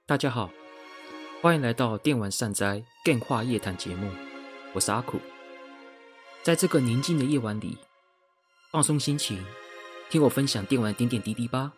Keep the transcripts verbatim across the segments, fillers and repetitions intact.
大家好，欢迎来到电玩善哉电话夜谈节目，我是阿苦。在这个宁静的夜晚里，放松心情，听我分享电玩的点点滴滴吧。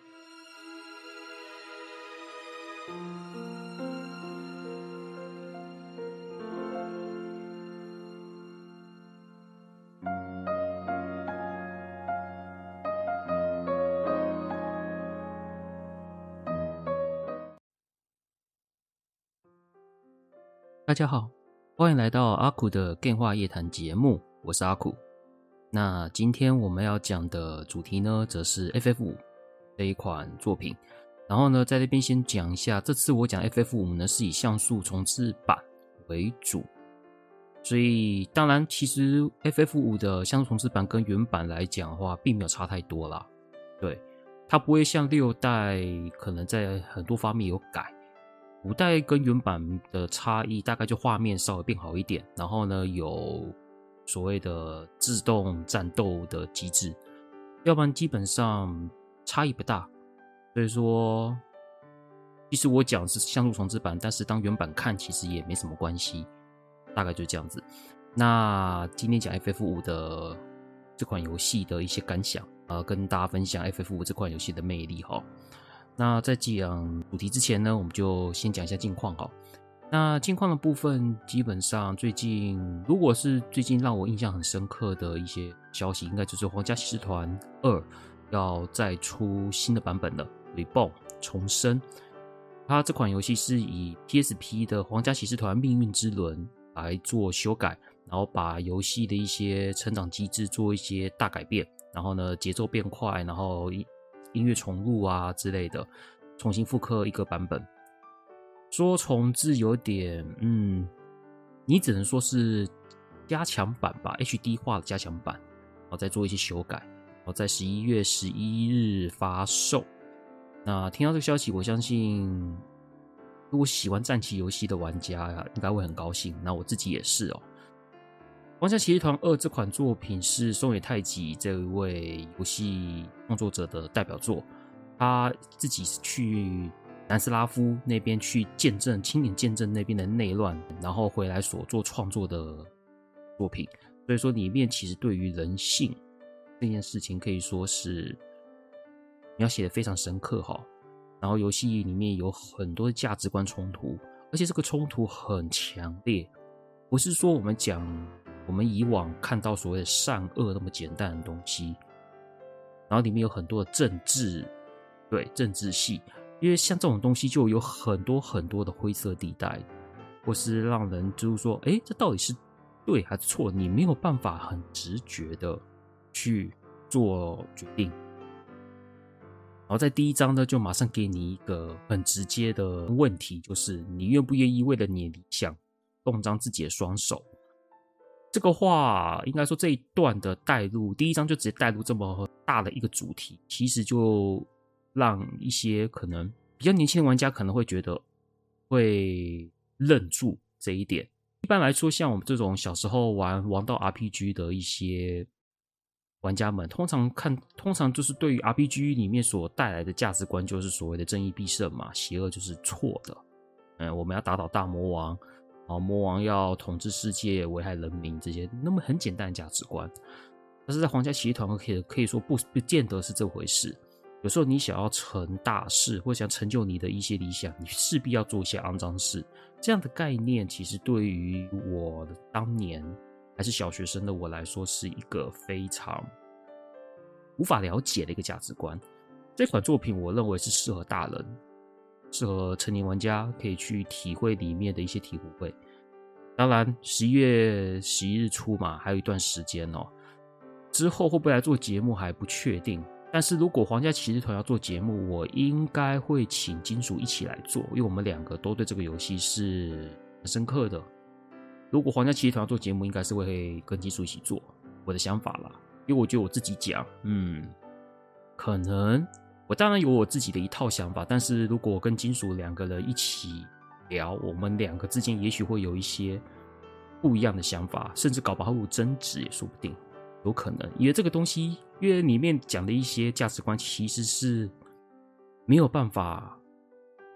大家好，欢迎来到阿苦的电话夜谈节目，我是阿苦。那今天我们要讲的主题呢，则是 F F 五 这一款作品。然后呢，在这边先讲一下，这次我讲 F F 五 呢是以像素重置版为主，所以当然其实 F F 五 的像素重置版跟原版来讲的话，并没有差太多啦。对，它不会像六代可能在很多方面有改。五代跟原版的差异大概就画面稍微变好一点，然后呢有所谓的自动战斗的机制，要不然基本上差异不大。所以说其实我讲是像素重置版，但是当原版看其实也没什么关系，大概就这样子。那今天讲 F F 五 的这款游戏的一些感想，呃，跟大家分享 F F 五 这款游戏的魅力齁。那在讲主题之前呢，我们就先讲一下近况好。那近况的部分，基本上最近如果是最近让我印象很深刻的一些消息，应该就是《皇家骑士团二》要再出新的版本了 ，Reborn 重生。它这款游戏是以 P S P 的《皇家骑士团命运之轮》来做修改，然后把游戏的一些成长机制做一些大改变，然后呢节奏变快，然后音乐重录啊之类的，重新复刻一个版本。说重置有点，嗯，你只能说是加强版吧 ，H D 化的加强版，然后再做一些修改，然后在十一月十一日发售。那听到这个消息，我相信如果喜欢战棋游戏的玩家应该会很高兴。那我自己也是哦。《皇家骑士团二》这款作品是松野泰己这位游戏创作者的代表作，他自己是去南斯拉夫那边去见证、亲眼见证那边的内乱，然后回来所做创作的作品。所以说，里面其实对于人性这件事情可以说是描写的非常深刻哈。然后游戏里面有很多的价值观冲突，而且这个冲突很强烈，不是说我们讲。我们以往看到所谓的善恶那么简单的东西，然后里面有很多的政治，对政治系，因为像这种东西就有很多很多的灰色地带，或是让人就是说，哎，这到底是对还是错？你没有办法很直觉的去做决定。然后在第一章呢，就马上给你一个很直接的问题，就是你愿不愿意为了你的理想动张自己的双手？这个话应该说这一段的带入，第一章就直接带入这么大的一个主题，其实就让一些可能比较年轻的玩家可能会觉得会愣住这一点。一般来说，像我们这种小时候玩王道 R P G 的一些玩家们，通常看，通常就是对于 R P G 里面所带来的价值观，就是所谓的正义必胜嘛，邪恶就是错的。嗯，我们要打倒大魔王。哦，魔王要统治世界、危害人民，这些那么很简单的价值观，但是在皇家骑士团可以可以说不不见得是这回事。有时候你想要成大事，或想成就你的一些理想，你势必要做一些肮脏事。这样的概念，其实对于我当年还是小学生的我来说，是一个非常无法了解的一个价值观。这款作品，我认为是适合大人。适合成年玩家可以去体会里面的一些体会。当然十一月十一日出嘛，还有一段时间哦。之后会不会来做节目还不确定，但是如果皇家骑士团要做节目，我应该会请金属一起来做，因为我们两个都对这个游戏是很深刻的。如果皇家骑士团要做节目，应该是会跟金属一起做，我的想法啦。因为我觉得我自己讲，嗯，可能我当然有我自己的一套想法，但是如果我跟金属两个人一起聊，我们两个之间也许会有一些不一样的想法，甚至搞不好会有争执也说不定，有可能。因为这个东西，因为里面讲的一些价值观其实是没有办法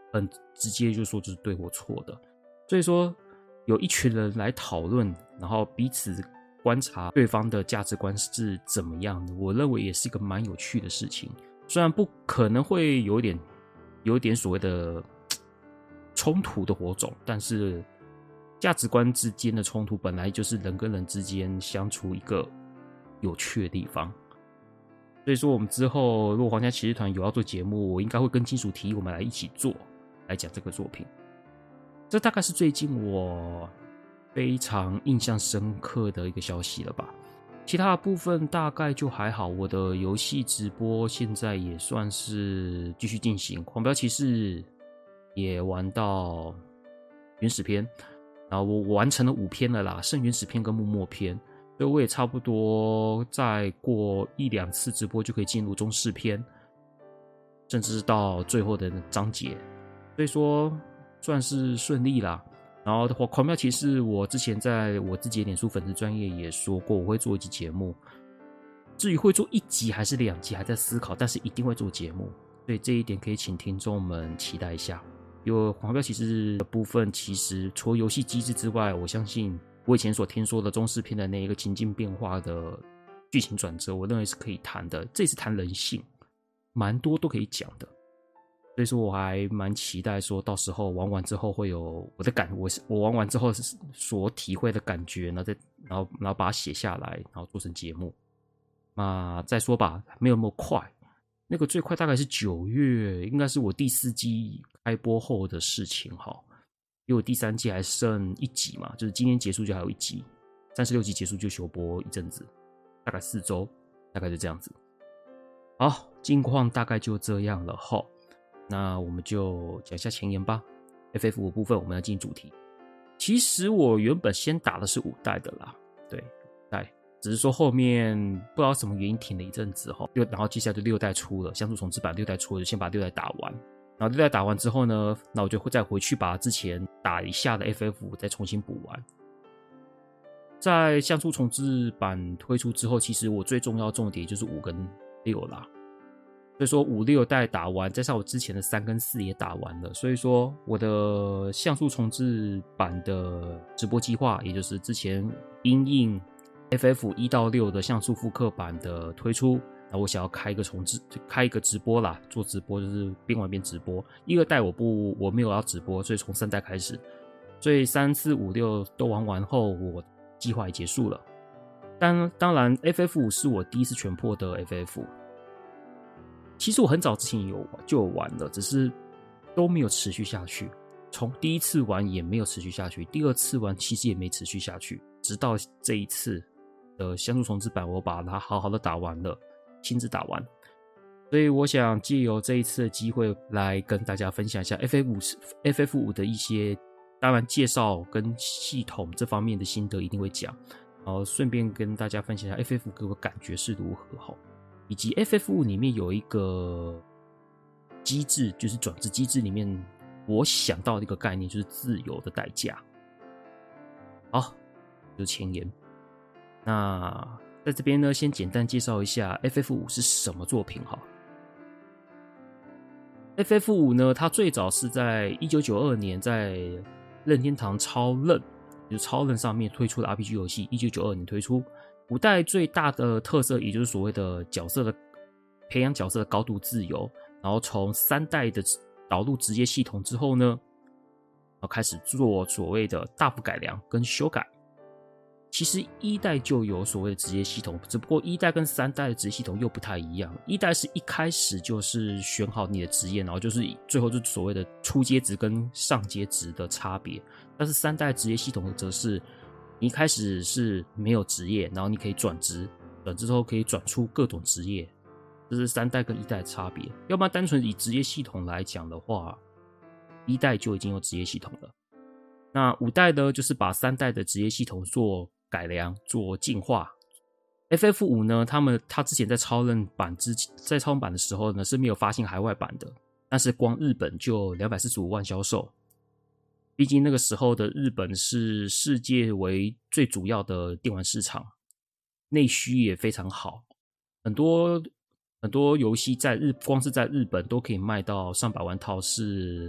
很直接就说这是对或错的。所以说有一群人来讨论，然后彼此观察对方的价值观是怎么样的，我认为也是一个蛮有趣的事情。虽然不可能会有一点有一点所谓的冲突的火种，但是价值观之间的冲突本来就是人跟人之间相处一个有趣的地方。所以说我们之后如果皇家骑士团有要做节目，我应该会跟金属提议我们来一起做，来讲这个作品。这大概是最近我非常印象深刻的一个消息了吧。其他的部分大概就还好，我的游戏直播现在也算是继续进行，狂飙骑士也玩到原始篇，然后我完成了五篇了啦，剩原始篇跟幕末篇，所以我也差不多再过一两次直播就可以进入中式篇，甚至是到最后的章节，所以说算是顺利啦。然后狂飙骑士我之前在我自己的脸书粉丝专页也说过我会做一集节目，至于会做一集还是两集还在思考，但是一定会做节目，所以这一点可以请听众们期待一下。因为狂飙骑士的部分其实除了游戏机制之外，我相信我以前所听说的中式篇的那一个情境变化的剧情转折，我认为是可以谈的，这也是谈人性，蛮多都可以讲的。所以说我还蛮期待说到时候玩完之后会有我的感我我玩完之后所体会的感觉，然后再然后然后把它写下来，然后做成节目。那再说吧，没有那么快，那个最快大概是九月，应该是我第四季开播后的事情哈。因为我第三季还剩一集嘛，就是今天结束就还有一集，三十六集结束就休播一阵子，大概四周，大概就这样子。好，近况大概就这样了哈。那我们就讲一下前言吧。F F 五 部分我们要进主题。其实我原本先打的是五代的啦，对，五代，只是说后面不知道什么原因停了一阵子哈，然后接下来就六代出了，像素重置版六代出了，就先把六代打完。然后六代打完之后呢，那我就会再回去把之前打一下的 F F 五 再重新补完。在像素重置版推出之后，其实我最重要的重点就是五跟六啦。所以说五六代打完，加上我之前的三跟四也打完了，所以说我的像素重置版的直播计划，也就是之前因应 F F 一到六的像素复刻版的推出，那我想要开一个重置，开一个直播啦，做直播就是边玩边直播。一二代我不我没有要直播，所以从三代开始，所以三四五六都玩完后，我计划也结束了。当当然 F F 五 是我第一次全破的 F F 五。其实我很早之前有就有玩了，只是都没有持续下去。从第一次玩也没有持续下去，第二次玩其实也没持续下去，直到这一次的像素重置版，我把它好好的打完了，亲自打完。所以我想借由这一次的机会来跟大家分享一下 F F 五 F F 五 的一些，当然介绍跟系统这方面的心得一定会讲，然后顺便跟大家分享一下 F F 五 给我感觉是如何好。以及 F F 五 里面有一个机制，就是转职机制里面我想到的一个概念，就是自由的代价。好，就是前言。那在这边呢，先简单介绍一下 F F 五 是什么作品哈。F F 五 呢，它最早是在一九九二年在任天堂超任，就是超任上面推出的 R P G 游戏，一九九二年推出。五代最大的特色，也就是所谓的角色的培养角色的高度自由，然后从三代的导入职业系统之后呢，然后开始做所谓的大幅改良跟修改。其实一代就有所谓的职业系统，只不过一代跟三代的职业系统又不太一样。一代是一开始就是选好你的职业，然后就是最后就是所谓的初阶职跟上阶职的差别。但是三代职业系统则是你一开始是没有职业，然后你可以转职，转职之后可以转出各种职业，这是三代跟一代的差别。要不然单纯以职业系统来讲的话，一代就已经有职业系统了。那五代呢，就是把三代的职业系统做改良、做进化。F F 五 呢，他们他之前在超任版之在超任版的时候呢是没有发行海外版的，但是光日本就两百四十五万销售。毕竟那个时候的日本是世界为最主要的电玩市场，内需也非常好，很多很多游戏在日光是在日本都可以卖到上百万套，是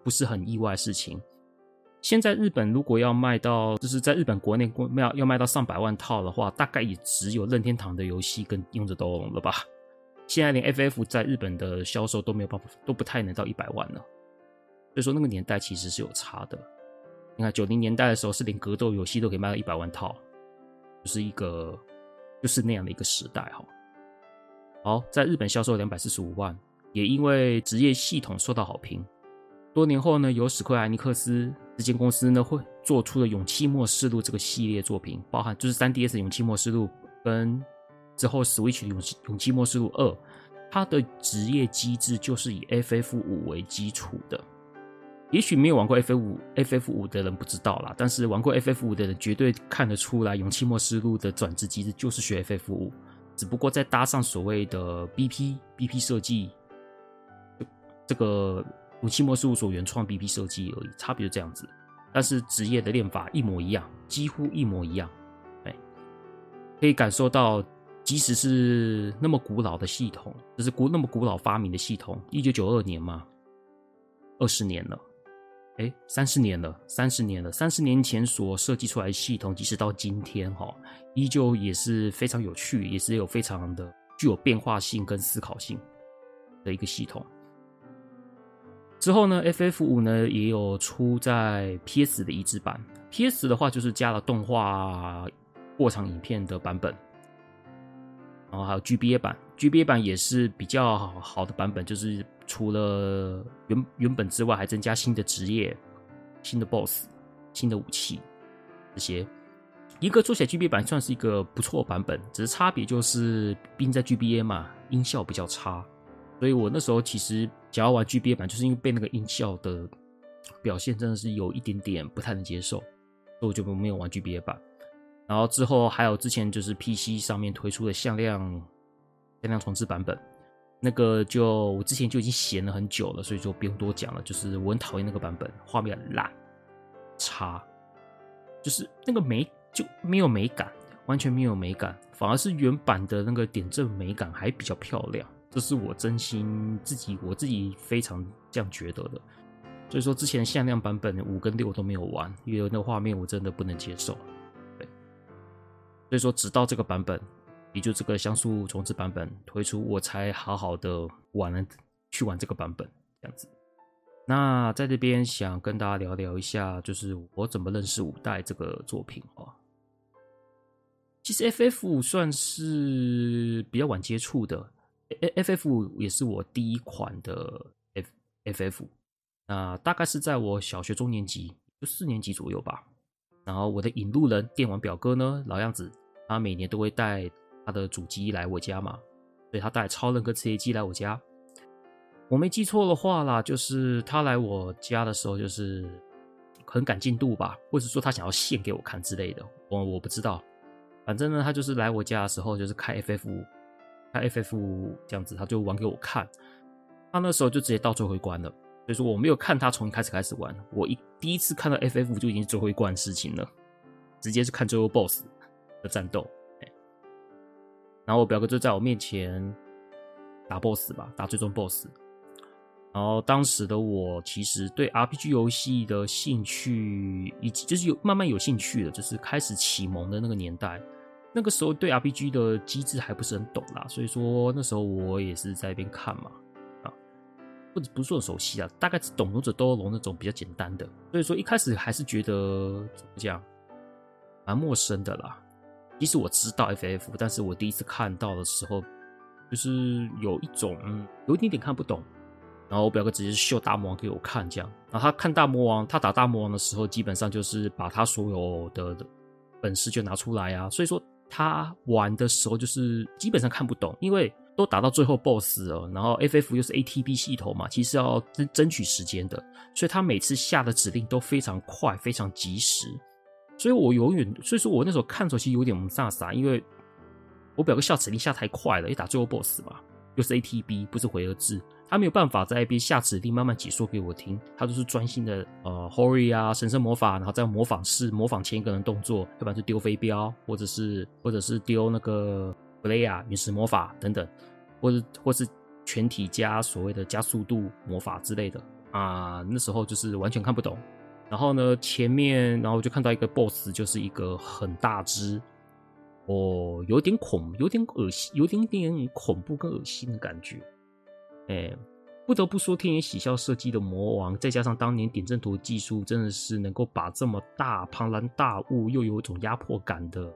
不是很意外的事情。现在日本如果要卖到，就是在日本国内要要卖到上百万套的话，大概也只有任天堂的游戏跟勇者斗龙了吧。现在连 F F 在日本的销售都没有办法，都不太能到一百万了。所以说那个年代其实是有差的。你看九零年代的时候是连格斗游戏都可以卖到一百万套，就是一个就是那样的一个时代哈。好，在日本销售两百四十五万，也因为职业系统受到好评。多年后呢，由史奎尔艾尼克斯这间公司呢，会做出了《勇气末世录》这个系列作品，包含就是 三 D S 的《勇气末世录》跟之后 Switch 的《勇气勇气末世录二》，它的职业机制就是以 F F 五 为基础的。也许没有玩过 F F 五 F F 五 的人不知道啦，但是玩过 F F 五 的人绝对看得出来，《勇气末世录》的转职机制就是学 F F 五，只不过再搭上所谓的 B P B P 设计，这个勇气末世录所原创 B P 设计而已，差别就这样子。但是职业的练法一模一样，几乎一模一样。对，可以感受到，即使是那么古老的系统，就是古那么古老发明的系统，一九九二年嘛，二十年了，哎，三十年了，三十年了，三十年前所设计出来的系统，即使到今天哈，依旧也是非常有趣，也是有非常的具有变化性跟思考性的一个系统。之后呢 F F 五 呢也有出在 P S 的移植版， P S 的话就是加了动画过场影片的版本，然后还有 G B A 版， G B A 版也是比较好的版本，就是除了 原, 原本之外还增加新的职业、新的 boss、新的武器这些。一个做起来 G B A 版算是一个不错的版本，只是差别就是毕竟在 G B A 嘛，音效比较差，所以我那时候其实想要玩 G B A 版，就是因为被那个音效的表现真的是有一点点不太能接受，所以我就没有玩 G B A 版。然后之后还有之前就是 P C 上面推出的向量向量重置版本，那个就我之前就已经闲了很久了，所以就不用多讲了。就是我很讨厌那个版本，画面很烂、差，就是那个美就没有美感，完全没有美感，反而是原版的那个点阵美感还比较漂亮。这是我真心自己我自己非常这样觉得的。所以说之前向量版本五跟六都没有玩，因为那个画面我真的不能接受。对，所以说直到这个版本，也就这个像素重置版本推出，我才好好的玩了去玩这个版本这样子。那在这边想跟大家聊聊一下，就是我怎么认识五代这个作品哦。其实 F F 五 算是比较晚接触的， F F 五 也是我第一款的 F F 五，那大概是在我小学中年级，就四年级左右吧。然后我的引路人电玩表哥呢，老样子，他每年都会带他的主机来我家嘛，所以他带超人跟吃鸡机来我家。我没记错的话啦，就是他来我家的时候，就是很赶进度吧，或者说他想要献给我看之类的，我我不知道。反正呢，他就是来我家的时候，就是开 F F 五，开 F F 五这样子，他就玩给我看。他那时候就直接到最后一关了，所以说我没有看他从一开始开始玩，我一第一次看到 F F 五就已经是最后一关的事情了，直接是看最后 BOSS 的战斗。然后我表哥就在我面前打 BOSS 吧，打最终 BOSS。然后当时的我其实对 R P G 游戏的兴趣，以及就是有慢慢有兴趣了，就是开始启蒙的那个年代。那个时候对 R P G 的机制还不是很懂啦，所以说那时候我也是在那边看嘛，啊，或者不是说很熟悉啊，大概只懂勇者斗恶龙那种比较简单的。所以说一开始还是觉得怎么讲，蛮陌生的啦。即使我知道 F F， 但是我第一次看到的时候，就是有一种、嗯、有一点点看不懂。然后我表哥直接秀大魔王给我看，这样。然后他看大魔王，他打大魔王的时候，基本上就是把他所有的本事就拿出来啊。所以说他玩的时候就是基本上看不懂，因为都打到最后 BOSS 了，然后 F F 又是 A T B 系统嘛，其实要争取时间的，所以他每次下的指令都非常快，非常及时。所以我永远，所以说我那时候看的时候其实有点懵傻傻，因为我表哥下指令下太快了，一打最后 BOSS 嘛，又是 A T B， 不是回合制。他没有办法在那边下指令慢慢解说给我听，他都是专心的呃 Hori 啊神圣魔法，然后再模仿式模仿前一个人动作，要不然就丢飞镖，或者是或者是丢那个 Blaya 陨石魔法等等，或者或是全体加所谓的加速度魔法之类的， 啊，那时候就是完全看不懂。然后呢，前面然后就看到一个 boss， 就是一个很大只，哦，有点恐，有点恶心，有点点恐怖跟恶心的感觉。哎，不得不说，天野喜孝设计的魔王，再加上当年点阵图技术，真的是能够把这么大庞然大物又有一种压迫感的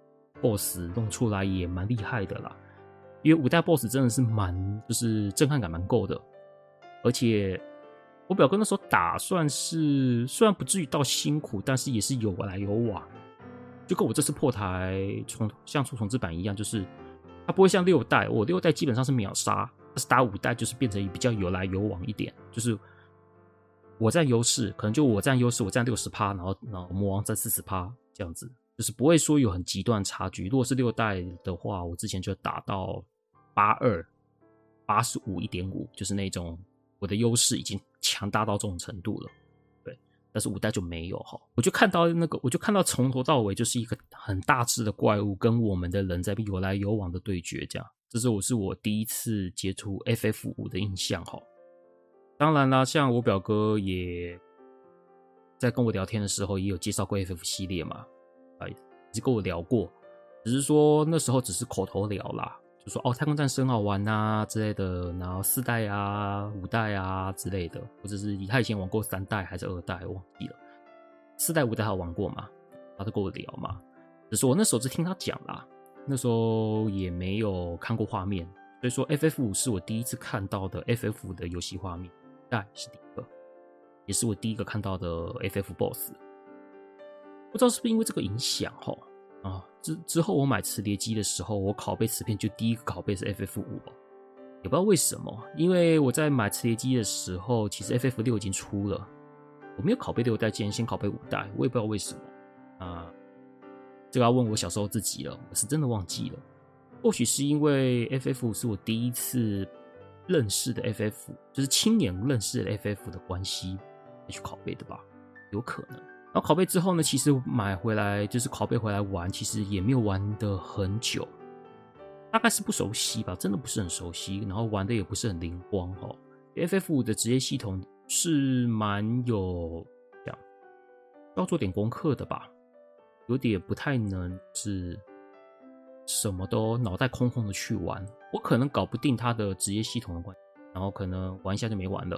boss 弄出来，也蛮厉害的啦。因为五代 boss 真的是蛮，就是震撼感蛮够的，而且我表哥那时候打算是，虽然不至于到辛苦，但是也是有来有往，就跟我这次破台重像重置版一样，就是它不会像六代，我六代基本上是秒杀，但是打五代就是变成比较有来有往一点，就是我占优势，可能就我占优势，我占 百分之六十， 然后然后魔王占 百分之四十 这样子，就是不会说有很极端差距。如果是六代的话，我之前就打到八十二 八十五 一点五， 就是那种我的优势已经强大到这种程度了，对。但是五代就没有哈，我就看到那个，我就看到从头到尾就是一个很大只的怪物跟我们的人在有来有往的对决，这样。这是我是我第一次接触 F F 五 的印象哈。当然啦，像我表哥也在跟我聊天的时候，也有介绍过 F F 系列嘛，啊，也是跟我聊过，只是说那时候只是口头聊啦。就说哦，太空战士很好玩啊之类的，然后四代啊、五代啊之类的，或者是他以前玩过三代还是二代，我忘记了。四代、五代他有玩过嘛？他都跟我聊嘛。只是我那时候只听他讲啦，那时候也没有看过画面，所以说 F F 五 是我第一次看到的 F F 五 的游戏画面，代是第一个，也是我第一个看到的 F F boss。不知道是不是因为这个影响哈？啊，之之后我买磁碟机的时候，我拷贝磁片就第一个拷贝是 F F 五， 也不知道为什么，因为我在买磁碟机的时候，其实 F F 六 已经出了，我没有拷贝六代，竟然先拷贝五代，我也不知道为什么啊。这个要问我小时候自己了，我是真的忘记了。或许是因为 F F 五 是我第一次认识的 F F， 就是亲眼认识的 F F 的关系去拷贝的吧，有可能。然后拷贝之后呢，其实买回来就是拷贝回来玩，其实也没有玩得很久，大概是不熟悉吧，真的不是很熟悉，然后玩的也不是很灵光哈。F F 五 的职业系统是蛮有这样要做点功课的吧，有点不太能是什么都脑袋空空的去玩，我可能搞不定它的职业系统的关系，然后可能玩一下就没玩了。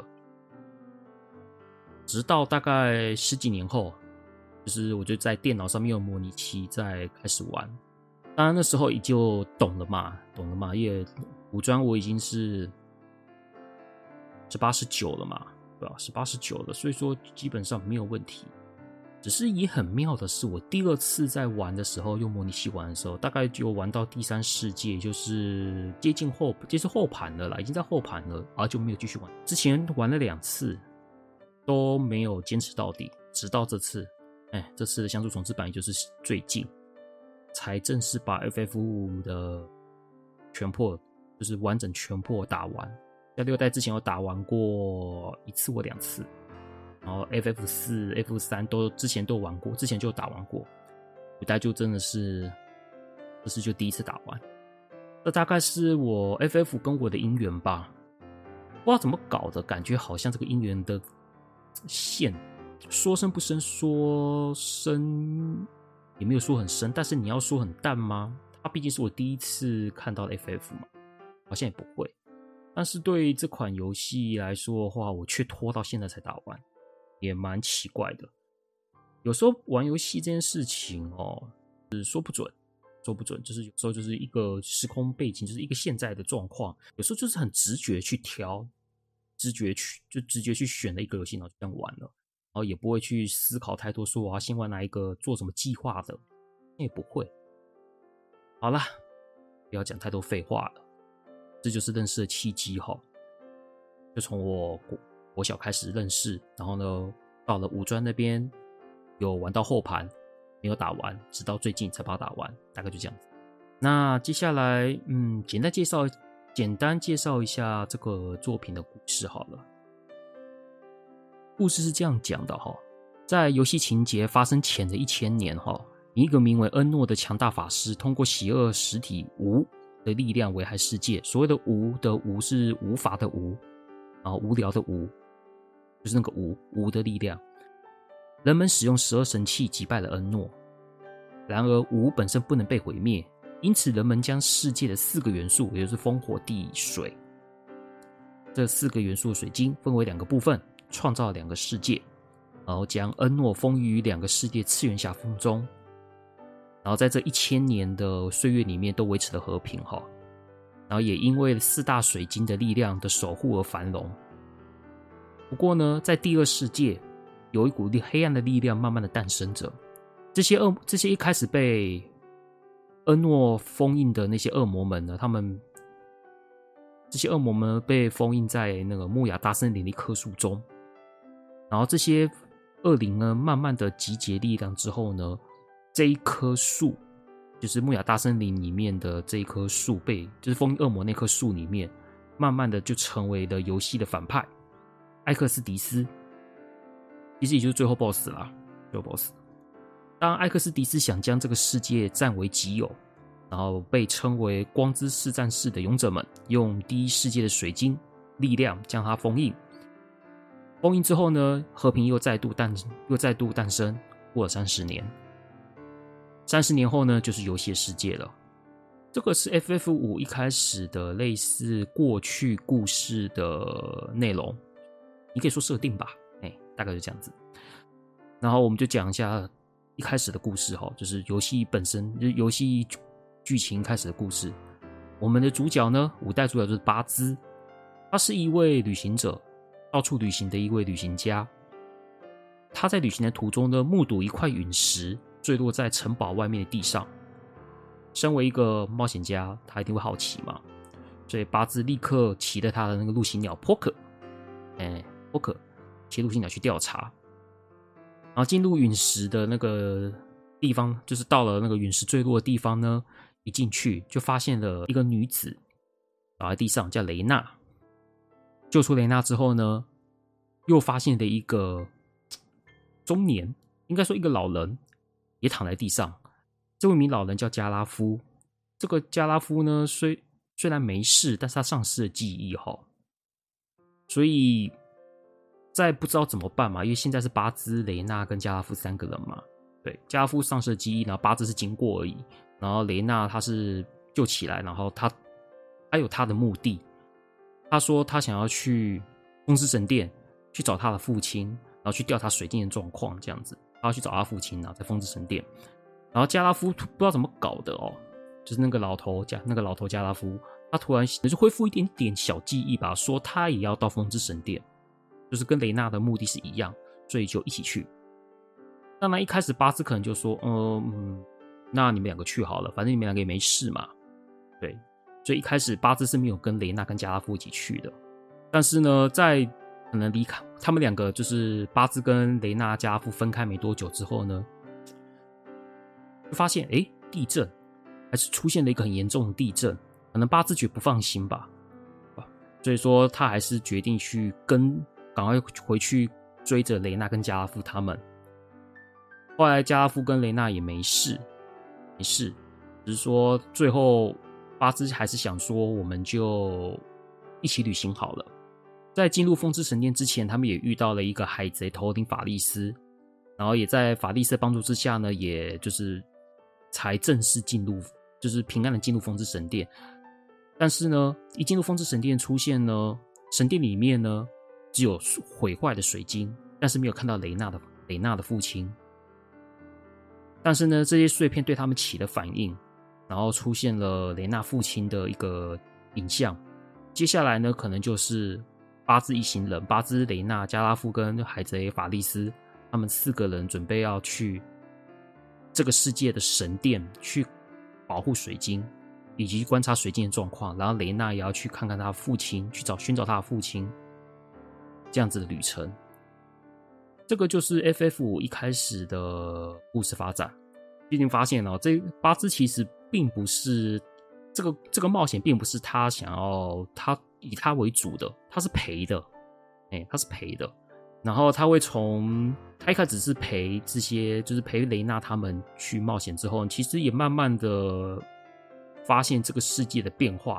直到大概十几年后，就是我就在电脑上面用模拟器再开始玩，当然那时候也就懂了嘛，懂了嘛，因为五专我已经是十八、十九了嘛，对吧？十八、十九了，所以说基本上没有问题。只是也很妙的是，我第二次在玩的时候，用模拟器玩的时候，大概就玩到第三世界，就是接近后，接近后盘了啦，已经在后盘了，然后就没有继续玩。之前玩了两次都没有坚持到底，直到这次，哎，这次的像素重置版也就是最近才正式把 F F 五 的全破，就是完整全破打完。在六代之前有打完过一次或两次。然后 F F 四、F F 三 都之前都玩过，之前就打完过，五代就真的是这次就第一次打完。这大概是我 F F 跟我的姻缘吧，不知道怎么搞的，感觉好像这个姻缘的线说深不深，说深也没有说很深，但是你要说很淡吗？它毕竟是我第一次看到的 F F 嘛，好像也不会。但是对这款游戏来说的话，我却拖到现在才打完，也蛮奇怪的。有时候玩游戏这件事情哦，是说不准，说不准，就是有时候就是一个时空背景，就是一个现在的状况，有时候就是很直觉去挑，直觉去就直觉去选了一个游戏，然后就这样玩了，然后也不会去思考太多，说我要先玩哪一个，做什么计划的，也不会。好啦，不要讲太多废话了。这就是认识的契机哈，就从我国小开始认识，然后呢，到了五专那边有玩到后盘，没有打完，直到最近才把它打完，大概就这样子。那接下来，嗯，简单介绍，简单介绍一下这个作品的故事好了。故事是这样讲的哈，在游戏情节发生前的一千年哈，一个名为恩诺的强大法师，通过邪恶实体无的力量危害世界。所谓的无的无是无法的无，然后无聊的无。 就是那个无无的力量。人们使用十二神器击败了恩诺，然而无本身不能被毁灭，因此人们将世界的四个元素，也就是风火地水这四个元素水晶分为两个部分，创造两个世界，然后将恩诺封于两个世界次元狭缝中，然后在这一千年的岁月里面都维持了和平哈，然后也因为四大水晶的力量的守护而繁荣。不过呢，在第二世界有一股黑暗的力量慢慢的诞生着，这些恶这些一开始被恩诺封印的那些恶魔们呢，他们这些恶魔们被封印在那个木雅大森林的一棵树中，然后这些恶灵呢慢慢的集结力量之后呢，这一棵树就是木雅大森林里面的这一棵树被就是封印恶魔那棵树里面，慢慢的就成为了游戏的反派艾克斯迪斯，其实也就是最后 B O S S 啦，最后 B O S S。当艾克斯迪斯想将这个世界占为己有，然后被称为光之四战士的勇者们用第一世界的水晶力量将它封印。封印之后呢，和平又再度诞又再度诞生，过了三十年。三十年后呢，就是游戏世界了。这个是 F F 五 一开始的类似过去故事的内容，你可以说设定吧，哎，大概就这样子。然后我们就讲一下一开始的故事哈，就是游戏本身，就是游戏剧情开始的故事。我们的主角呢，五代主角就是巴兹，他是一位旅行者，到处旅行的一位旅行家。他在旅行的途中呢，目睹一块陨石坠落在城堡外面的地上。身为一个冒险家，他一定会好奇嘛，所以巴兹立刻骑着他的那个陆行鸟 Poker， 哎 ，Poker 骑陆行鸟去调查。然后进入陨石的那个地方，就是到了那个陨石坠落的地方呢，一进去就发现了一个女子倒在地上，叫雷娜。救出雷娜之后呢，又发现了一个中年，应该说一个老人，也躺在地上。这位名老人叫加拉夫。这个加拉夫呢，虽虽然没事，但是他丧失了记忆哈，所以在不知道怎么办嘛，因为现在是巴兹、雷娜跟加拉夫三个人嘛。对，加拉夫丧失了记忆，然后巴兹是经过而已，然后雷娜他是救起来，然后他他有他的目的。他说他想要去风之神殿去找他的父亲，然后去调查水晶的状况，这样子。他要去找他父亲啊，在风之神殿。然后加拉夫不知道怎么搞的哦，就是那个老头加那个老头加拉夫，他突然就恢复一点点小记忆吧，说他也要到风之神殿，就是跟雷娜的目的是一样，所以就一起去。当然一开始巴兹可能就说，嗯，那你们两个去好了，反正你们两个也没事嘛，对，所以一开始巴兹是没有跟雷娜跟加拉夫一起去的。但是呢，在可能离开他们两个，就是巴兹跟雷娜加拉夫分开没多久之后呢，就发现诶地震，还是出现了一个很严重的地震，可能巴兹觉得不放心吧，所以说他还是决定去跟赶快回去追着雷娜跟加拉夫他们。后来加拉夫跟雷娜也没事没事，只是说最后巴兹还是想说我们就一起旅行好了。在进入风之神殿之前，他们也遇到了一个海贼头领法利斯，然后也在法利斯的帮助之下呢，也就是才正式进入，就是平安的进入风之神殿。但是呢，一进入风之神殿出现呢，神殿里面呢只有毁坏的水晶，但是没有看到雷娜的雷娜的父亲。但是呢，这些碎片对他们起了反应，然后出现了雷娜父亲的一个影像。接下来呢，可能就是巴兹一行人，巴兹、雷娜、加拉夫跟海贼法利斯，他们四个人准备要去这个世界的神殿去保护水晶，以及观察水晶的状况。然后雷娜也要去看看他的父亲，去找寻找他的父亲，这样子的旅程。这个就是 F F 五 一开始的故事发展。毕竟发现哦，这巴兹其实并不是这个这个冒险，并不是他想要他以他为主的，他是陪的，哎、欸，他是陪的。然后他会从他一开始是陪这些，就是陪雷娜他们去冒险之后，其实也慢慢的发现这个世界的变化，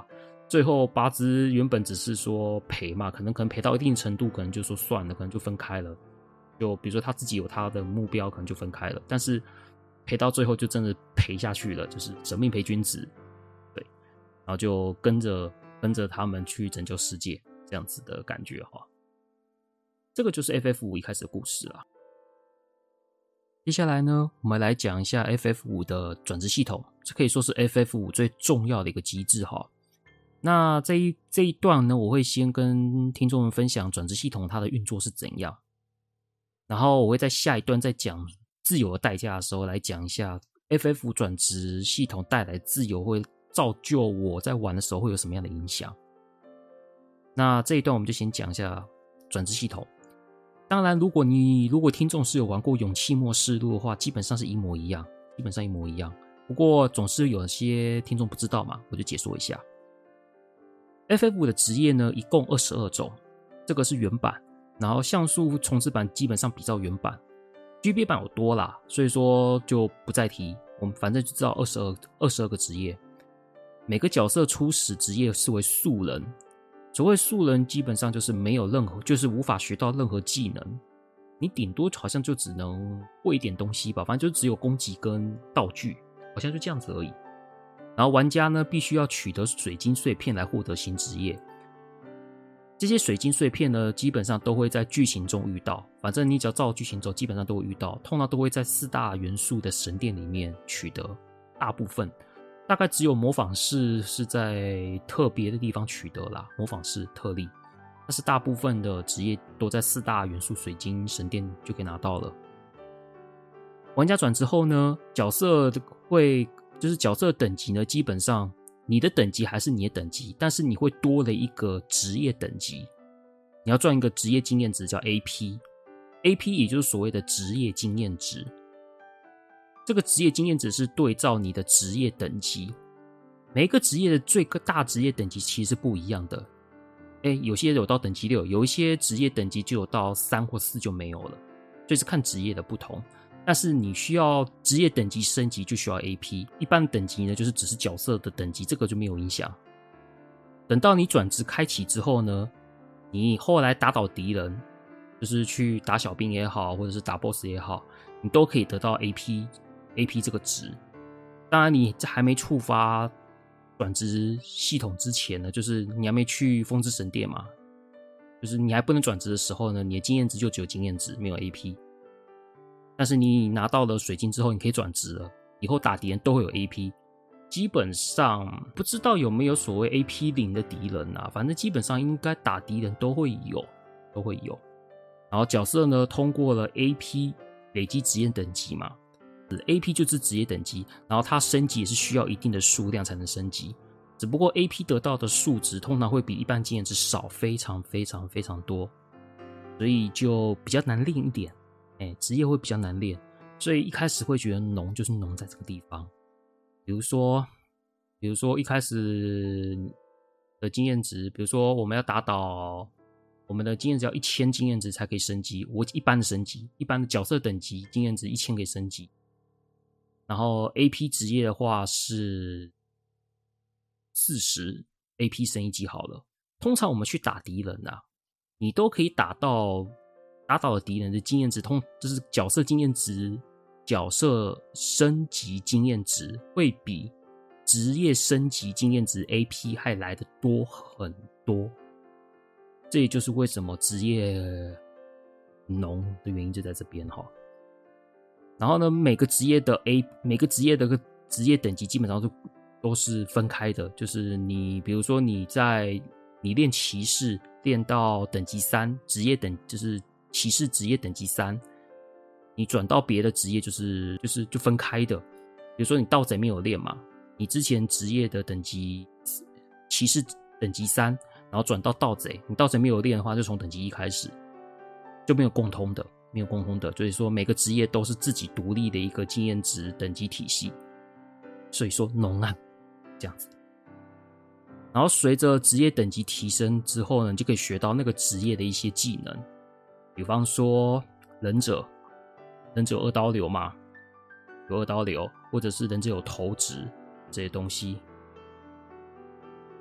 最后八支原本只是说赔嘛，可能可能赔到一定程度，可能就说算了，可能就分开了。就比如说他自己有他的目标，可能就分开了。但是赔到最后就真的赔下去了，就是舍命陪君子，对，然后就跟着跟着他们去拯救世界，这样子的感觉哈。这个就是 F F 五 一开始的故事啦。接下来呢，我们来讲一下 F F 五 的转职系统，这可以说是 F F 五 最重要的一个机制哈。那这一这一段呢，我会先跟听众们分享转职系统它的运作是怎样，然后我会在下一段在讲自由的代价的时候来讲一下 F F 五 转职系统带来自由会造就我在玩的时候会有什么样的影响。那这一段我们就先讲一下转职系统。当然，如果你如果听众是有玩过勇气末世录的话，基本上是一模一样，基本上一模一样。不过总是有些听众不知道嘛，我就解说一下。F F 五 的职业呢，一共二十二种，这个是原版，然后像素重置版基本上比照原版 ，G B A 版有多啦，所以说就不再提。我们反正就知道二十二二十二个职业，每个角色初始职业视为素人。所谓素人，基本上就是没有任何，就是无法学到任何技能，你顶多好像就只能会一点东西吧，反正就只有攻击跟道具，好像就这样子而已。然后玩家呢，必须要取得水晶碎片来获得新职业。这些水晶碎片呢，基本上都会在剧情中遇到，反正你只要照剧情走，基本上都会遇到，通常都会在四大元素的神殿里面取得，大部分。大概只有模仿士是在特别的地方取得啦，模仿士特例，但是大部分的职业都在四大元素水晶神殿就可以拿到了。玩家转职后呢，角色会就是角色等级呢，基本上你的等级还是你的等级，但是你会多了一个职业等级，你要赚一个职业经验值叫 A P，A P 也就是所谓的职业经验值。这个职业经验值是对照你的职业等级，每一个职业的最大职业等级其实是不一样的。诶，有些有到等级六，有一些职业等级就有到三或四就没有了，所以是看职业的不同。但是你需要职业等级升级就需要 A P， 一般等级呢就是只是角色的等级，这个就没有影响。等到你转职开启之后呢，你后来打倒敌人，就是去打小兵也好，或者是打 boss 也好，你都可以得到 A P。A P 这个值，当然你在还没触发转职系统之前呢，就是你还没去风之神殿嘛，就是你还不能转职的时候呢，你的经验值就只有经验值，没有 A P。但是你拿到了水晶之后，你可以转职了，以后打敌人都会有 A P。基本上不知道有没有所谓 A P 零的敌人啊，反正基本上应该打敌人都会有，都会有。然后角色呢，通过了 A P 累积职业等级嘛。A P 就是职业等级，然后它升级也是需要一定的数量才能升级，只不过 A P 得到的数值通常会比一般经验值少非常非常非常多，所以就比较难练一点，哎，职业会比较难练，所以一开始会觉得浓就是浓在这个地方。比如说，比如说一开始的经验值，比如说我们要打倒我们的经验值要一千经验值才可以升级，我一般的升级，一般的角色等级经验值一千可以升级。然后 A P 职业的话是四十 A P 升一级好了。通常我们去打敌人啊，你都可以打到打倒的敌人的经验值，通就是角色经验值、角色升级经验值会比职业升级经验值 A P 还来得多很多。这也就是为什么职业浓的原因就在这边哈。然后呢，每个职业的 A 每个职业的职业等级基本上都都是分开的，就是你比如说你在你练骑士练到等级三，职业等就是骑士职业等级三，你转到别的职业就是就是就分开的。比如说你盗贼没有练嘛，你之前职业的等级骑士等级三，然后转到盗贼，你盗贼没有练的话，就从等级一开始，就没有共通的。没有共通的，所以说每个职业都是自己独立的一个经验值等级体系，所以说浓啊这样子。然后随着职业等级提升之后呢，你就可以学到那个职业的一些技能，比方说忍者，忍者有二刀流嘛，有二刀流，或者是忍者有投掷这些东西。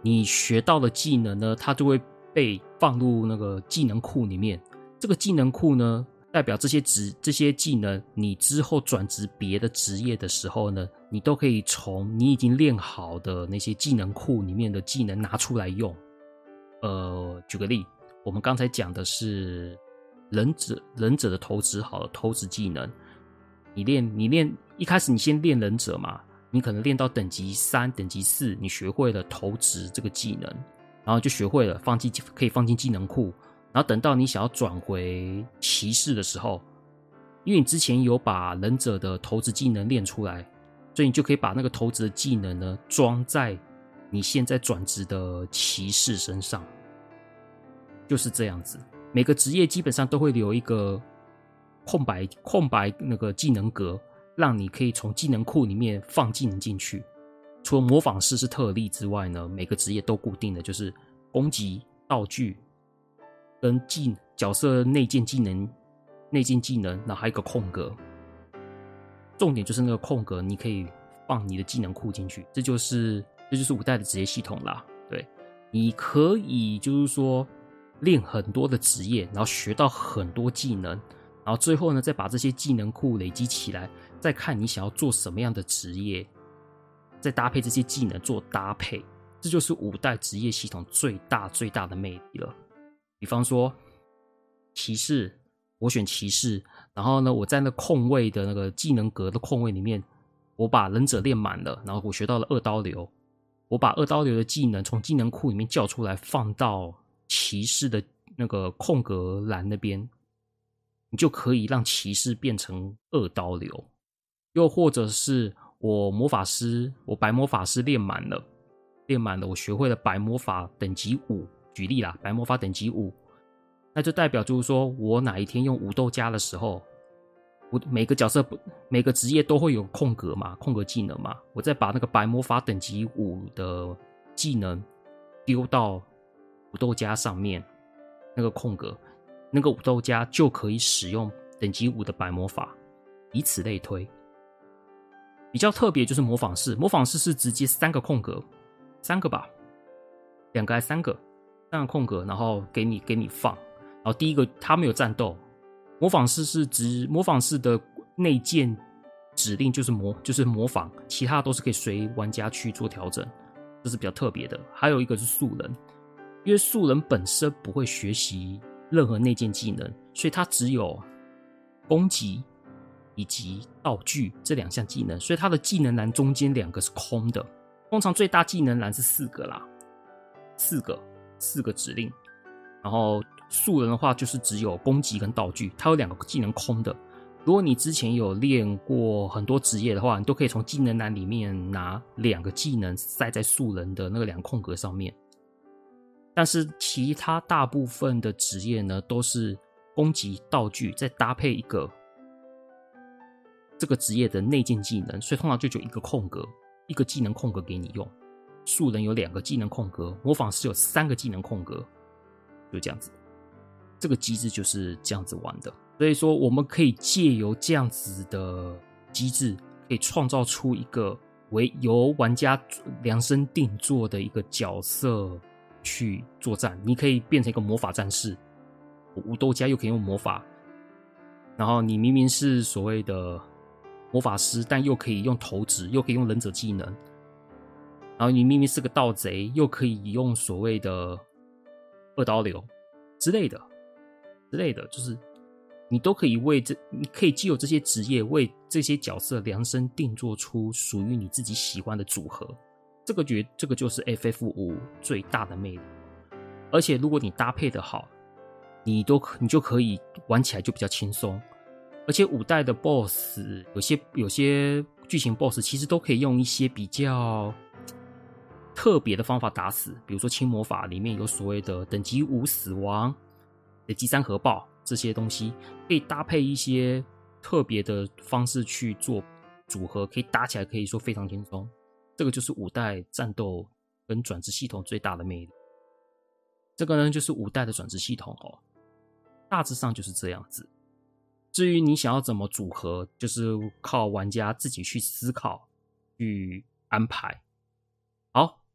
你学到的技能呢，它就会被放入那个技能库里面。这个技能库呢，代表这些职这些技能，你之后转职别的职业的时候呢，你都可以从你已经练好的那些技能库里面的技能拿出来用。呃，举个例，我们刚才讲的是忍者忍者的投掷好了，投掷技能，你练你练一开始你先练忍者嘛，你可能练到等级三、等级四，你学会了投掷这个技能，然后就学会了放进可以放进技能库。然后等到你想要转回骑士的时候，因为你之前有把忍者的投掷技能练出来，所以你就可以把那个投掷的技能呢装在你现在转职的骑士身上。就是这样子，每个职业基本上都会留一个空白空白那个技能格，让你可以从技能库里面放技能进去。除了模仿师是特例之外呢，每个职业都固定的就是攻击、道具跟技角色内建技能、内建技能，然后还有一个空格。重点就是那个空格，你可以放你的技能库进去。这就是这就是五代的职业系统啦。对，你可以就是说练很多的职业，然后学到很多技能，然后最后呢，再把这些技能库累积起来，再看你想要做什么样的职业，再搭配这些技能做搭配。这就是五代职业系统最大最大的魅力了。比方说骑士，我选骑士，然后呢，我在那空位的那个技能格的空位里面，我把忍者练满了，然后我学到了二刀流，我把二刀流的技能从技能库里面叫出来，放到骑士的那个空格栏那边，你就可以让骑士变成二刀流。又或者是我魔法师，我白魔法师练满了，练满了，我学会了白魔法等级五。举例啦，白魔法等级五，那就代表就是说我哪一天用武斗家的时候，我每个角色每个职业都会有空格嘛，空格技能嘛，我再把那个白魔法等级五的技能丢到武斗家上面，那个空格，那个武斗家就可以使用等级五的白魔法，以此类推。比较特别就是模仿士，模仿士是直接三个空格，三个吧，两个还三个。三个空格，然后给你给你放，然后第一个他没有战斗，模仿师是指模仿师的内建指令就是模就是模仿，其他都是可以随玩家去做调整，这是比较特别的。还有一个是素人，因为素人本身不会学习任何内建技能，所以他只有攻击以及道具这两项技能，所以他的技能栏中间两个是空的。通常最大技能栏是四个啦，四个。四个指令，然后素人的话就是只有攻击跟道具，它有两个技能空的。如果你之前有练过很多职业的话，你都可以从技能栏里面拿两个技能塞在素人的那个两个空格上面。但是其他大部分的职业呢，都是攻击、道具，再搭配一个这个职业的内建技能，所以通常就只有一个空格，一个技能空格给你用。素人有两个技能空格，模仿师有三个技能空格，就这样子。这个机制就是这样子玩的。所以说，我们可以借由这样子的机制，可以创造出一个为由玩家量身定做的一个角色去作战。你可以变成一个魔法战士，武斗家又可以用魔法，然后你明明是所谓的魔法师，但又可以用投掷，又可以用忍者技能。然后你明明是个盗贼，又可以用所谓的二刀流之类的之类的，就是你都可以为这，你可以藉由这些职业为这些角色量身定做出属于你自己喜欢的组合。这个觉这个就是 F F 五 最大的魅力。而且如果你搭配的好，你都你就可以玩起来就比较轻松。而且五代的 B O S S 有些有些剧情 B O S S 其实都可以用一些比较特别的方法打死，比如说轻魔法里面有所谓的等级五死亡、等级三核爆这些东西，可以搭配一些特别的方式去做组合，可以打起来可以说非常轻松。这个就是五代战斗跟转职系统最大的魅力。这个呢就是五代的转职系统哦，大致上就是这样子。至于你想要怎么组合，就是靠玩家自己去思考、去安排。好，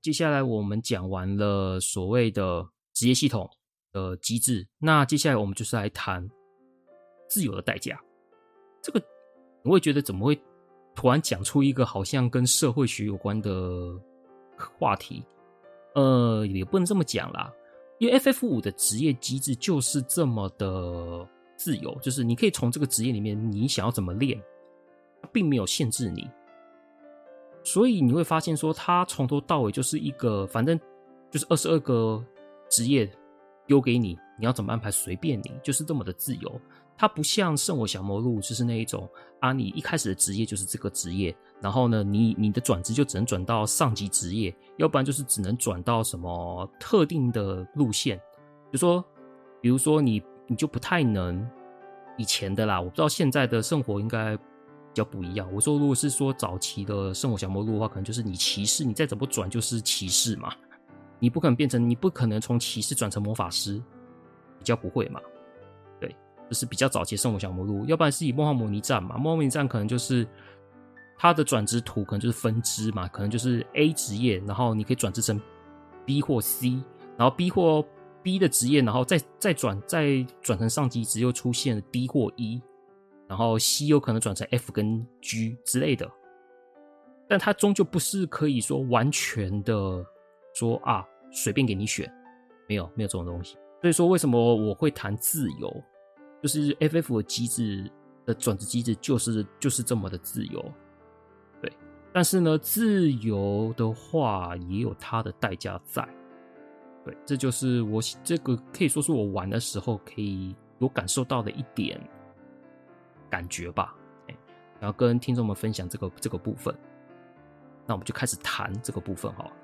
接下来我们讲完了所谓的职业系统的机制，那接下来我们就是来谈自由的代价。这个你会觉得怎么会突然讲出一个好像跟社会学有关的话题？呃，也不能这么讲啦，因为 F F 五 的职业机制就是这么的自由，就是你可以从这个职业里面你想要怎么练，并没有限制你。所以你会发现说，它从头到尾就是一个，反正就是二十二个职业丢给你，你要怎么安排随便你，就是这么的自由。它不像圣火小魔录，就是那一种啊，你一开始的职业就是这个职业，然后呢，你你的转职就只能转到上级职业，要不然就是只能转到什么特定的路线。就说，比如说你你就不太能以前的啦，我不知道现在的圣火应该比较不一样。我说，如果是说早期的圣火小魔录的话，可能就是你骑士，你再怎么转就是骑士嘛，你不可能变成，你不可能从骑士转成魔法师，比较不会嘛。对，这是比较早期的圣火小魔录，要不然是以梦幻模拟战嘛，梦幻模拟战可能就是它的转职图可能就是分支嘛，可能就是 A 职业，然后你可以转职成 B 或 C， 然后 B 或 B 的职业，然后再再转再转成上级职业又出现 D 或 E。然后 C 有可能转成 F 跟 G 之类的，但它终究不是可以说完全的说啊随便给你选，没有没有这种东西。所以说为什么我会谈自由，就是 F F 的机制的转职机制就是就是这么的自由，对。但是呢，自由的话也有它的代价在，对，这就是我这个可以说是我玩的时候可以有感受到的一点感觉吧，然后跟听众们分享这个这个部分。那我们就开始谈这个部分哈。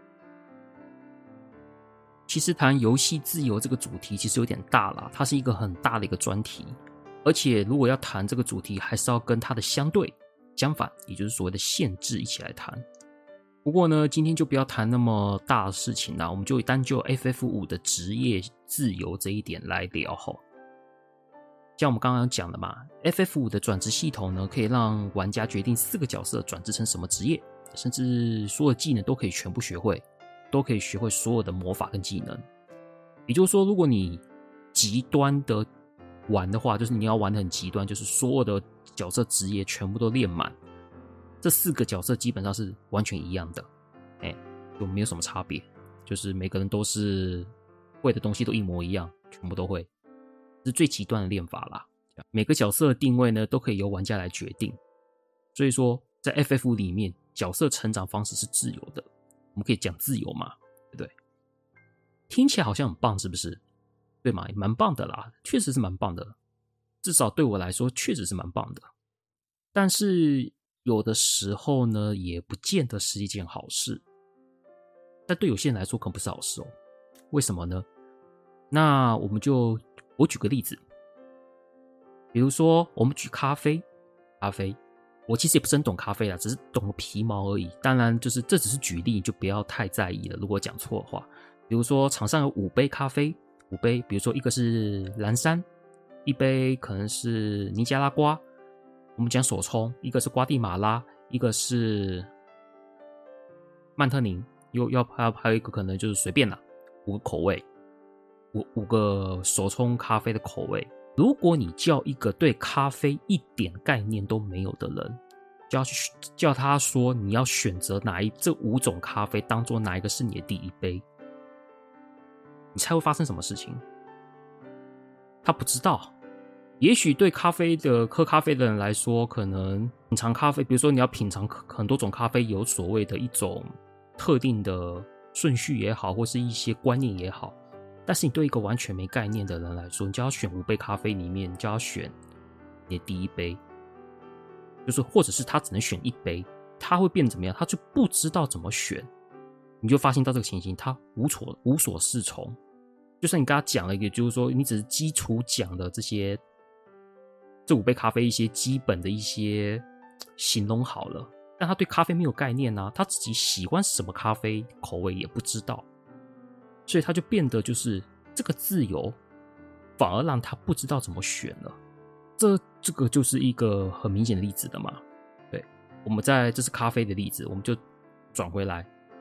其实谈游戏自由这个主题其实有点大啦，它是一个很大的一个专题，而且如果要谈这个主题，还是要跟它的相对相反，也就是所谓的限制一起来谈。不过呢，今天就不要谈那么大的事情啦，我们就单就 F F 五 的职业自由这一点来聊哈。像我们刚刚讲的嘛 ，F F 五 的转职系统呢，可以让玩家决定四个角色转职成什么职业，甚至所有技能都可以全部学会，都可以学会所有的魔法跟技能。也就是说，如果你极端的玩的话，就是你要玩得很极端，就是所有的角色职业全部都练满，这四个角色基本上是完全一样的，哎，就没有什么差别，就是每个人都是会的东西都一模一样，全部都会。是最极端的练法啦，每个角色的定位呢都可以由玩家来决定，所以说在 F F 里面角色成长方式是自由的，我们可以讲自由嘛，对不对？听起来好像很棒，是不是？对嘛，蛮棒的啦，确实是蛮棒的，至少对我来说确实是蛮棒的。但是有的时候呢，也不见得是一件好事，但对有些人来说可能不是好事哦。为什么呢？那我们就我举个例子，比如说我们举咖啡，咖啡，我其实也不是很懂咖啡啦，只是懂个皮毛而已。当然，就是这只是举例，就不要太在意了。如果讲错的话，比如说场上有五杯咖啡，五杯，比如说一个是蓝山，一杯可能是尼加拉瓜，我们讲手冲，一个是瓜地马拉，一个是曼特宁，又要还有还有一个可能就是随便啦，五个口味。五五个手冲咖啡的口味，如果你叫一个对咖啡一点概念都没有的人，就要去叫他说你要选择哪一这五种咖啡当做哪一个是你的第一杯，你猜会发生什么事情？他不知道。也许对咖啡的喝咖啡的人来说，可能品尝咖啡，比如说你要品尝很多种咖啡，有所谓的一种特定的顺序也好，或是一些观念也好。但是你对一个完全没概念的人来说，你就要选五杯咖啡里面，你就要选你的第一杯，就是或者是他只能选一杯，他会变怎么样？他就不知道怎么选，你就发现到这个情形，他无所无所适从。就算你跟他讲了一个，就是说你只是基础讲的这些这五杯咖啡一些基本的一些形容好了，但他对咖啡没有概念啊，他自己喜欢什么咖啡口味也不知道。所以他就变得就是这个自由反而让他不知道怎么选了，这这个就是一个很明显的例子的嘛。对，我们在这是咖啡的例子，我们就转回来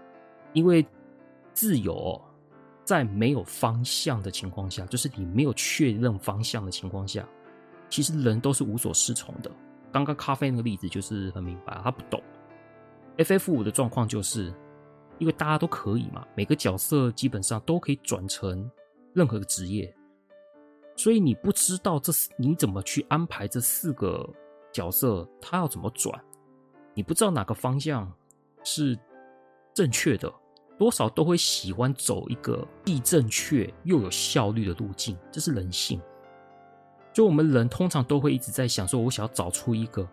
因为自由哦，在没有方向的情况下，就是你没有确认方向的情况下，其实人都是无所适从的。刚刚咖啡那个例子就是很明白，他不懂。F F 五 的状况就是，因为大家都可以嘛，每个角色基本上都可以转成任何的职业，所以你不知道这你怎么去安排这四个角色，他要怎么转，你不知道哪个方向是正确的，多少都会喜欢走一个既正确又有效率的路径，这是人性。就我们人通常都会一直在想说，我想要找出一个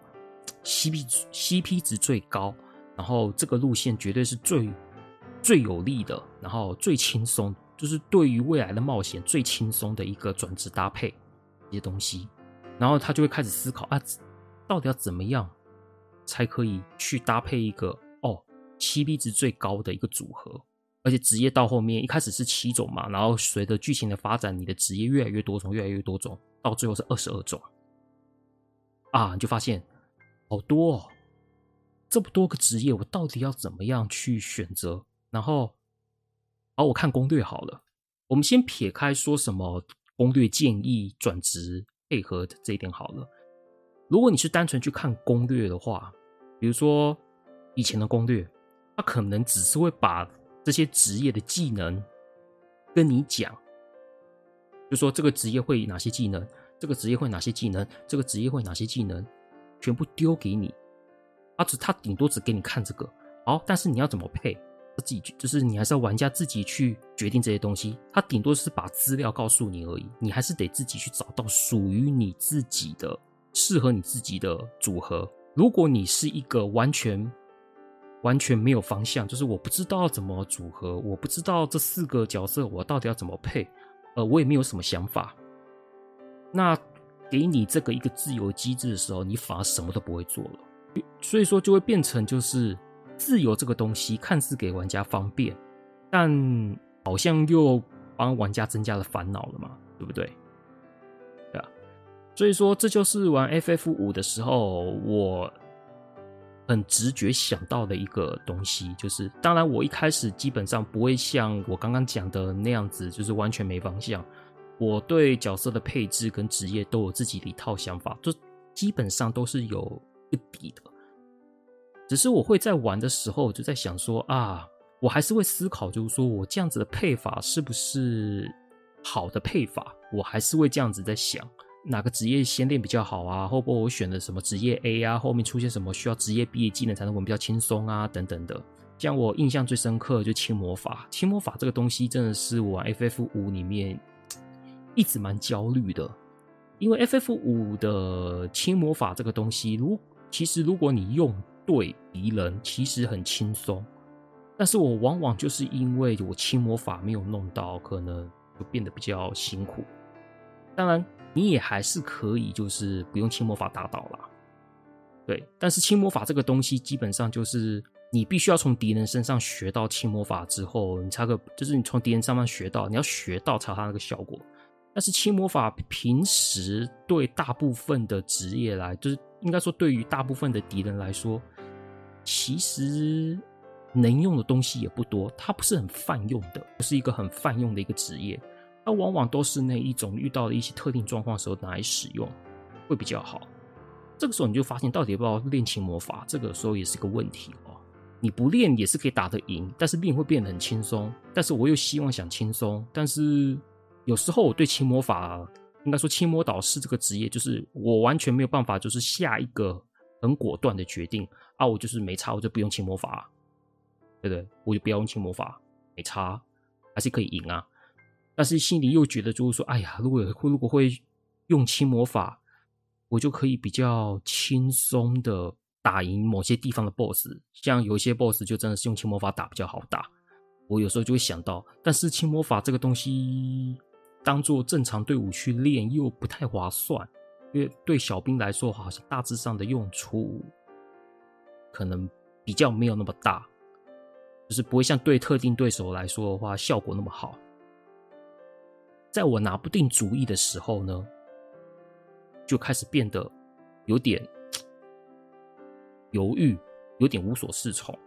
C P C P 值最高，然后这个路线绝对是最最有利的，然后最轻松，就是对于未来的冒险最轻松的一个转职搭配这些东西，然后他就会开始思考啊，到底要怎么样才可以去搭配一个哦 C P 值最高的一个组合。而且职业到后面一开始是七种嘛，然后随着剧情的发展，你的职业越来越多种，越来越多种，到最后是二十二种啊！你就发现好多哦，这么多个职业，我到底要怎么样去选择？然后，好，我看攻略好了。我们先撇开说什么攻略建议、转职配合这一点好了。如果你是单纯去看攻略的话，比如说以前的攻略，它可能只是会把这些职业的技能跟你讲，就说这个职业会哪些技能，这个职业会哪些技能，这个职业会哪些技能，全部丢给你。他只他顶多只给你看这个，好，但是你要怎么配，自己就是你还是要玩家自己去决定这些东西。他顶多是把资料告诉你而已，你还是得自己去找到属于你自己的、适合你自己的组合。如果你是一个完全完全没有方向，就是我不知道怎么组合，我不知道这四个角色我到底要怎么配，呃，我也没有什么想法。那给你这个一个自由机制的时候，你反而什么都不会做了。所以说就会变成就是自由这个东西看似给玩家方便，但好像又帮玩家增加了烦恼了嘛，对不对？对啊，所以说这就是玩 F F 五 的时候我很直觉想到的一个东西，就是当然我一开始基本上不会像我刚刚讲的那样子，就是完全没方向。我对角色的配置跟职业都有自己的一套想法，就基本上都是有一个底的。只是我会在玩的时候就在想说啊，我还是会思考，就是说我这样子的配法是不是好的配法，我还是会这样子在想。哪个职业先练比较好啊？会不会我选的什么职业 A 啊？后面出现什么需要职业 B 的技能才能玩比较轻松啊？等等的。像我印象最深刻的就轻魔法，轻魔法这个东西真的是我玩 F F 五 里面一直蛮焦虑的，因为 F F 五 的轻魔法这个东西，如其实如果你用对敌人，其实很轻松。但是我往往就是因为我轻魔法没有弄到，可能就变得比较辛苦。当然。你也还是可以，就是不用轻魔法打倒啦，对。但是轻魔法这个东西，基本上就是你必须要从敌人身上学到轻魔法之后，你才可就是你从敌人身上学到，你要学到才有它那个效果。但是轻魔法平时对大部分的职业来，就是应该说对于大部分的敌人来说，其实能用的东西也不多，它不是很泛用的，不是一个很泛用的一个职业。它往往都是那一种遇到的一些特定状况的时候拿来使用会比较好。这个时候你就发现到底要不要练轻魔法，这个时候也是个问题哦。你不练也是可以打得赢，但是练会变得很轻松。但是我又希望想轻松，但是有时候我对轻魔法，应该说轻魔导师这个职业，就是我完全没有办法，就是下一个很果断的决定啊，我就是没差，我就不用轻魔法，对不对？我就不要用轻魔法，没差，还是可以赢啊。但是心里又觉得就是说，哎呀，如果如果会用轻魔法，我就可以比较轻松的打赢某些地方的 boss。像有一些 boss 就真的是用轻魔法打比较好打。我有时候就会想到，但是轻魔法这个东西当做正常队伍去练又不太划算，因为对小兵来说，好像大致上的用处可能比较没有那么大，就是不会像对特定对手来说的话效果那么好。在我拿不定主意的时候呢，就开始变得有点犹豫，有点无所适从。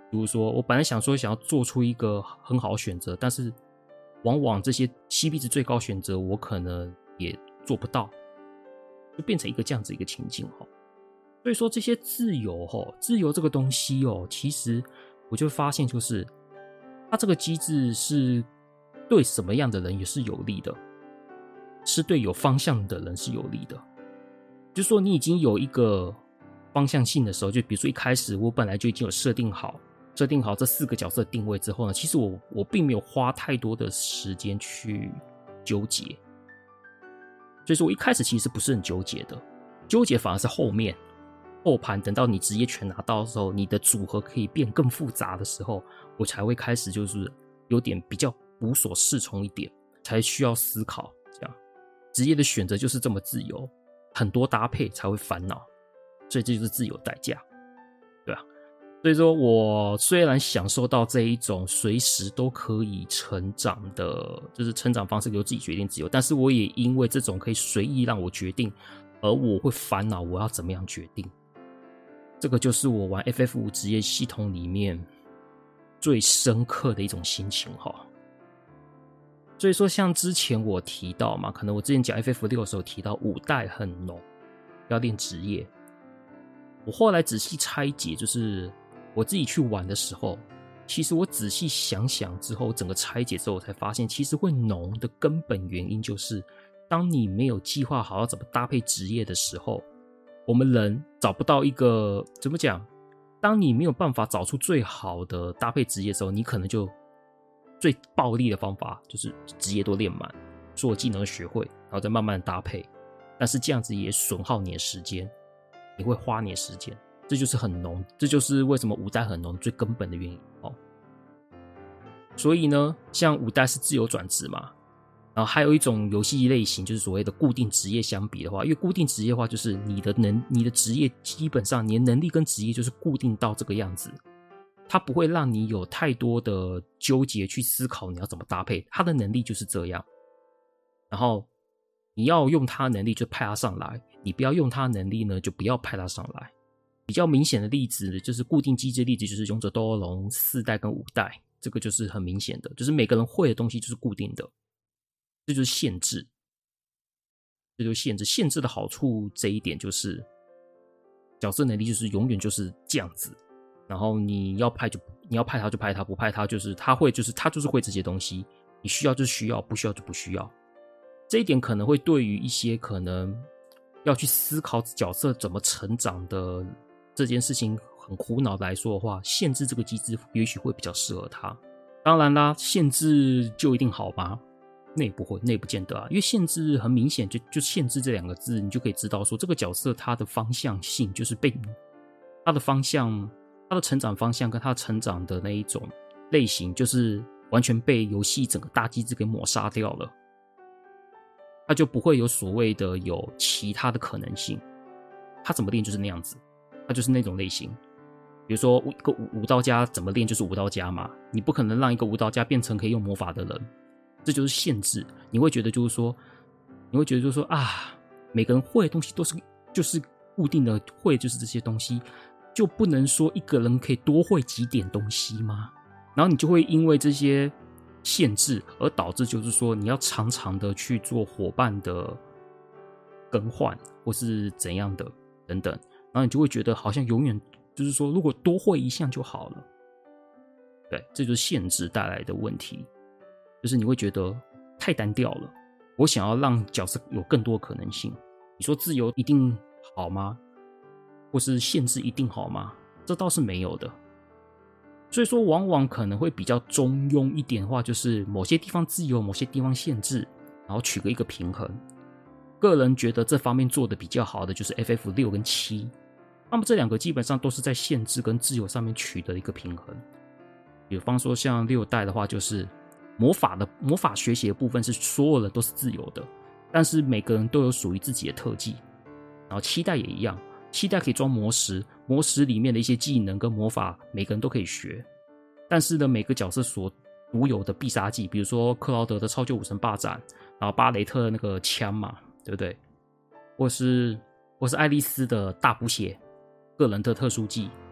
比如说我本来想说想要做出一个很好的选择，但是往往这些 C P 值最高选择我可能也做不到，就变成一个这样子一个情境齁。所以说这些自由齁，自由这个东西哦，其实我就发现就是它这个机制是对什么样的人也是有利的，是对有方向的人是有利的。就是说你已经有一个方向性的时候，就比如说一开始我本来就已经有设定好设定好这四个角色定位之后呢，其实我我并没有花太多的时间去纠结，所以说我一开始其实不是很纠结的，纠结反而是后面后盘等到你职业全拿到的时候，你的组合可以变更复杂的时候，我才会开始就是有点比较无所适从一点，才需要思考。这样职业的选择就是这么自由，很多搭配才会烦恼，所以这就是自由代价，对啊。所以说我虽然享受到这一种随时都可以成长的，就是成长方式由自己决定自由，但是我也因为这种可以随意让我决定，而我会烦恼我要怎么样决定。这个就是我玩 F F 五 职业系统里面最深刻的一种心情齁。所以说像之前我提到嘛，可能我之前讲 F F 六 的时候提到五代很浓，要练职业。我后来仔细拆解，就是我自己去玩的时候，其实我仔细想想之后，整个拆解之后，我才发现其实会浓的根本原因就是当你没有计划好要怎么搭配职业的时候，我们人找不到一个怎么讲，当你没有办法找出最好的搭配职业的时候，你可能就最暴力的方法就是职业都练满，所有技能学会，然后再慢慢搭配，但是这样子也损耗你的时间，你会花你的时间，这就是很浓，这就是为什么五代很浓最根本的原因哦。所以呢，像五代是自由转职嘛，然后还有一种游戏类型就是所谓的固定职业相比的话，因为固定职业的话就是你的能你的职业基本上你的能力跟职业就是固定到这个样子，它不会让你有太多的纠结去思考你要怎么搭配，它的能力就是这样，然后你要用它的能力就派它上来，你不要用它的能力呢就不要派它上来。比较明显的例子就是固定机制例子，就是勇者斗恶龙四代跟五代，这个就是很明显的，就是每个人会的东西就是固定的，这就是限制，这就是限制。限制的好处这一点就是角色能力就是永远就是这样子，然后你要派就你要派他就派他，不派他就是他会就是他就是会这些东西，你需要就需要，不需要就不需要。这一点可能会对于一些可能要去思考角色怎么成长的这件事情很苦恼来说的话，限制这个机制也许会比较适合他。当然啦，限制就一定好吗？那也不会，那也不见得啊。因为限制很明显就就限制这两个字，你就可以知道说这个角色他的方向性就是被他的方向他的成长方向跟他成长的那一种类型就是完全被游戏整个大机制给抹杀掉了，他就不会有所谓的有其他的可能性，他怎么练就是那样子，他就是那种类型。比如说一个武道家怎么练就是武道家嘛，你不可能让一个武道家变成可以用魔法的人，这就是限制。你会觉得就是说你会觉得就是说啊，每个人会的东西都是就是固定的，会就是这些东西，就不能说一个人可以多会几点东西吗？然后你就会因为这些限制而导致就是说你要常常的去做伙伴的更换或是怎样的等等，然后你就会觉得好像永远就是说如果多会一项就好了。对，这就是限制带来的问题，就是你会觉得太单调了，我想要让角色有更多可能性。你说自由一定好吗？或是限制一定好吗？这倒是没有的。所以说往往可能会比较中庸一点的话，就是某些地方自由，某些地方限制，然后取个一个平衡。个人觉得这方面做的比较好的就是 F F 六 跟七，那么这两个基本上都是在限制跟自由上面取得一个平衡。比方说像六代的话，就是魔法的魔法学习的部分是所有人都是自由的，但是每个人都有属于自己的特技。然后七代也一样，七代可以装魔石，魔石里面的一些技能跟魔法每个人都可以学，但是呢每个角色所独有的必杀技，比如说克劳德的超级武神霸斩，然后巴雷特的那个枪嘛，对不对？或是或是爱丽丝的大补血个人的特殊技，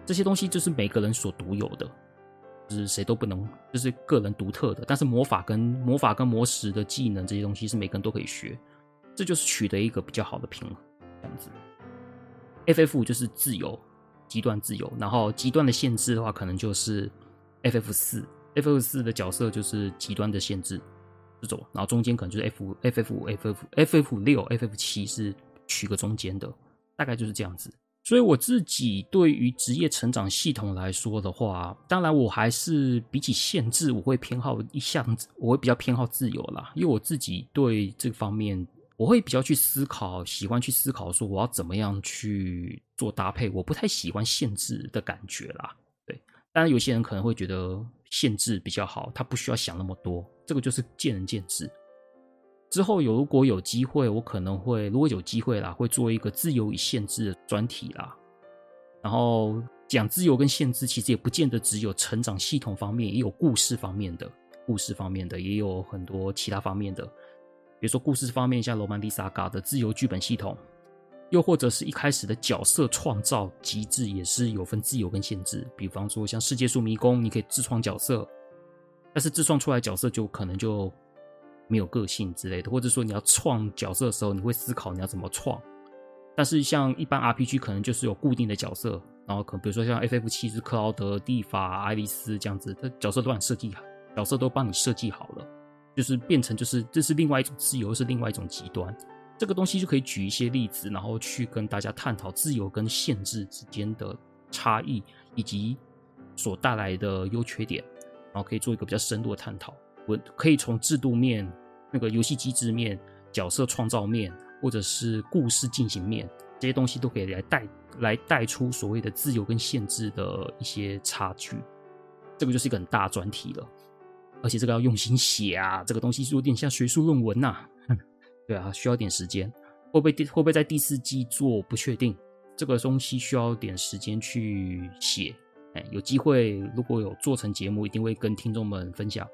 这些东西就是每个人所独有的，就是谁都不能，就是个人独特的。但是魔法跟魔法跟魔石的技能这些东西是每个人都可以学，这就是取得一个比较好的平衡，这样子。F F 五 就是自由，极端自由，然后极端的限制的话，可能就是 F F 四。F F 四 的角色就是极端的限制这种，然后中间可能就是 F F F 五、F F F F 六、F F 七是取个中间的，大概就是这样子。所以我自己对于职业成长系统来说的话，当然我还是比起限制，我会偏好一项，我会比较偏好自由啦，因为我自己对这方面我会比较去思考，喜欢去思考说我要怎么样去做搭配，我不太喜欢限制的感觉啦。对，当然有些人可能会觉得限制比较好，他不需要想那么多，这个就是见仁见智。之后有如果有机会，我可能会如果有机会啦，会做一个自由与限制的专题啦。然后讲自由跟限制，其实也不见得只有成长系统方面，也有故事方面的，故事方面的也有很多其他方面的。比如说故事方面，像罗曼蒂萨嘎的自由剧本系统，又或者是一开始的角色创造机制也是有分自由跟限制。比方说像世界树迷宫，你可以自创角色，但是自创出来角色就可能就没有个性之类的，或者说你要创角色的时候，你会思考你要怎么创。但是像一般 R P G 可能就是有固定的角色，然后可能比如说像 F F 七 是克劳德、蒂法、爱丽丝这样子，这角色都很设计好，角色都帮你设计好了，就是变成就是这是另外一种自由，是另外一种极端。这个东西就可以举一些例子，然后去跟大家探讨自由跟限制之间的差异，以及所带来的优缺点，然后可以做一个比较深入的探讨。我可以从制度面、那个游戏机制面、角色创造面，或者是故事进行面，这些东西都可以来带来带出所谓的自由跟限制的一些差距。这个就是一个很大的专题了，而且这个要用心写啊，这个东西有点像学术论文呐、啊。对啊，需要点时间。会不会会不会在第四季做不确定，这个东西需要点时间去写。哎，有机会如果有做成节目，一定会跟听众们分享。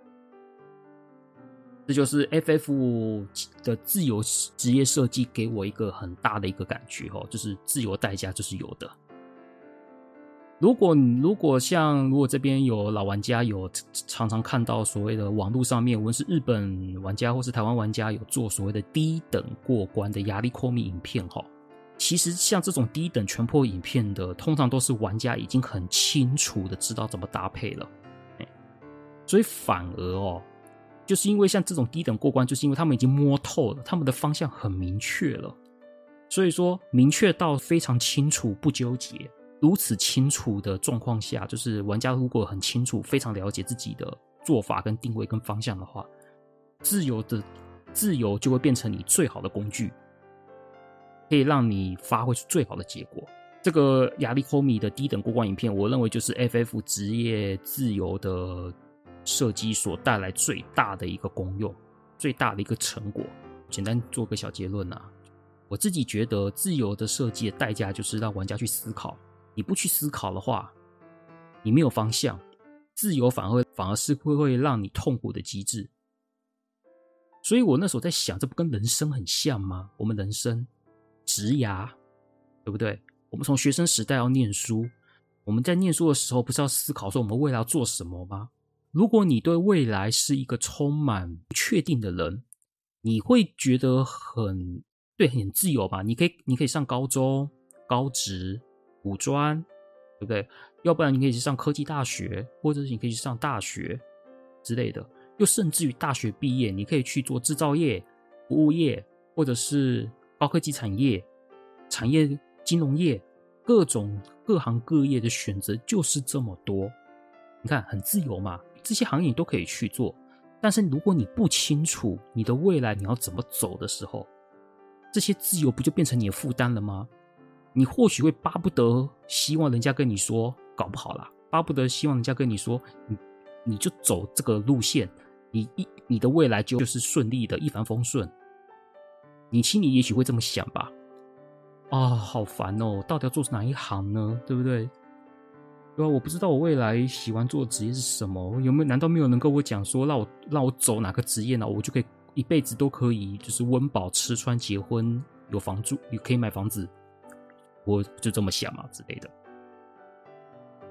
这就是 F F 五 的自由职业设计给我一个很大的一个感觉哦，就是自由代价就是有的。如果如果像如果这边有老玩家有常常看到所谓的网络上面，无论是日本玩家或是台湾玩家有做所谓的低等过关的压力扣密影片哈，其实像这种低等全破影片的，通常都是玩家已经很清楚的知道怎么搭配了，所以反而哦。就是因为像这种低等过关，就是因为他们已经摸透了，他们的方向很明确了，所以说明确到非常清楚，不纠结。如此清楚的状况下，就是玩家如果很清楚，非常了解自己的做法跟定位跟方向的话，自由的自由就会变成你最好的工具，可以让你发挥出最好的结果。这个亚历科米的低等过关影片，我认为就是 F F 职业自由的设计所带来最大的一个功用，最大的一个成果。简单做个小结论啊，我自己觉得自由的设计的代价就是让玩家去思考，你不去思考的话，你没有方向，自由反而反而是会会让你痛苦的机制。所以我那时候在想，这不跟人生很像吗？我们人生职涯，对不对？我们从学生时代要念书，我们在念书的时候不是要思考说我们未来要做什么吗？如果你对未来是一个充满不确定的人，你会觉得很对很自由吧？你可以你可以上高中、高职、五专，对不对？要不然你可以去上科技大学，或者是你可以去上大学之类的。又甚至于大学毕业，你可以去做制造业、服务业，或者是高科技产业、产业金融业，各种各行各业的选择就是这么多。你看，很自由嘛。这些行业你都可以去做，但是如果你不清楚你的未来你要怎么走的时候，这些自由不就变成你的负担了吗？你或许会巴不得希望人家跟你说，搞不好啦，巴不得希望人家跟你说，你你就走这个路线，你一你的未来就就是顺利的，一帆风顺。你心里也许会这么想吧？啊，好烦哦，到底要做哪一行呢？对不对？对啊，我不知道我未来喜欢做的职业是什么，有没有？难道没有人跟我讲说让我让我走哪个职业呢？我就可以一辈子都可以，就是温饱、吃穿、结婚，有房住，也可以买房子，我就这么想嘛之类的。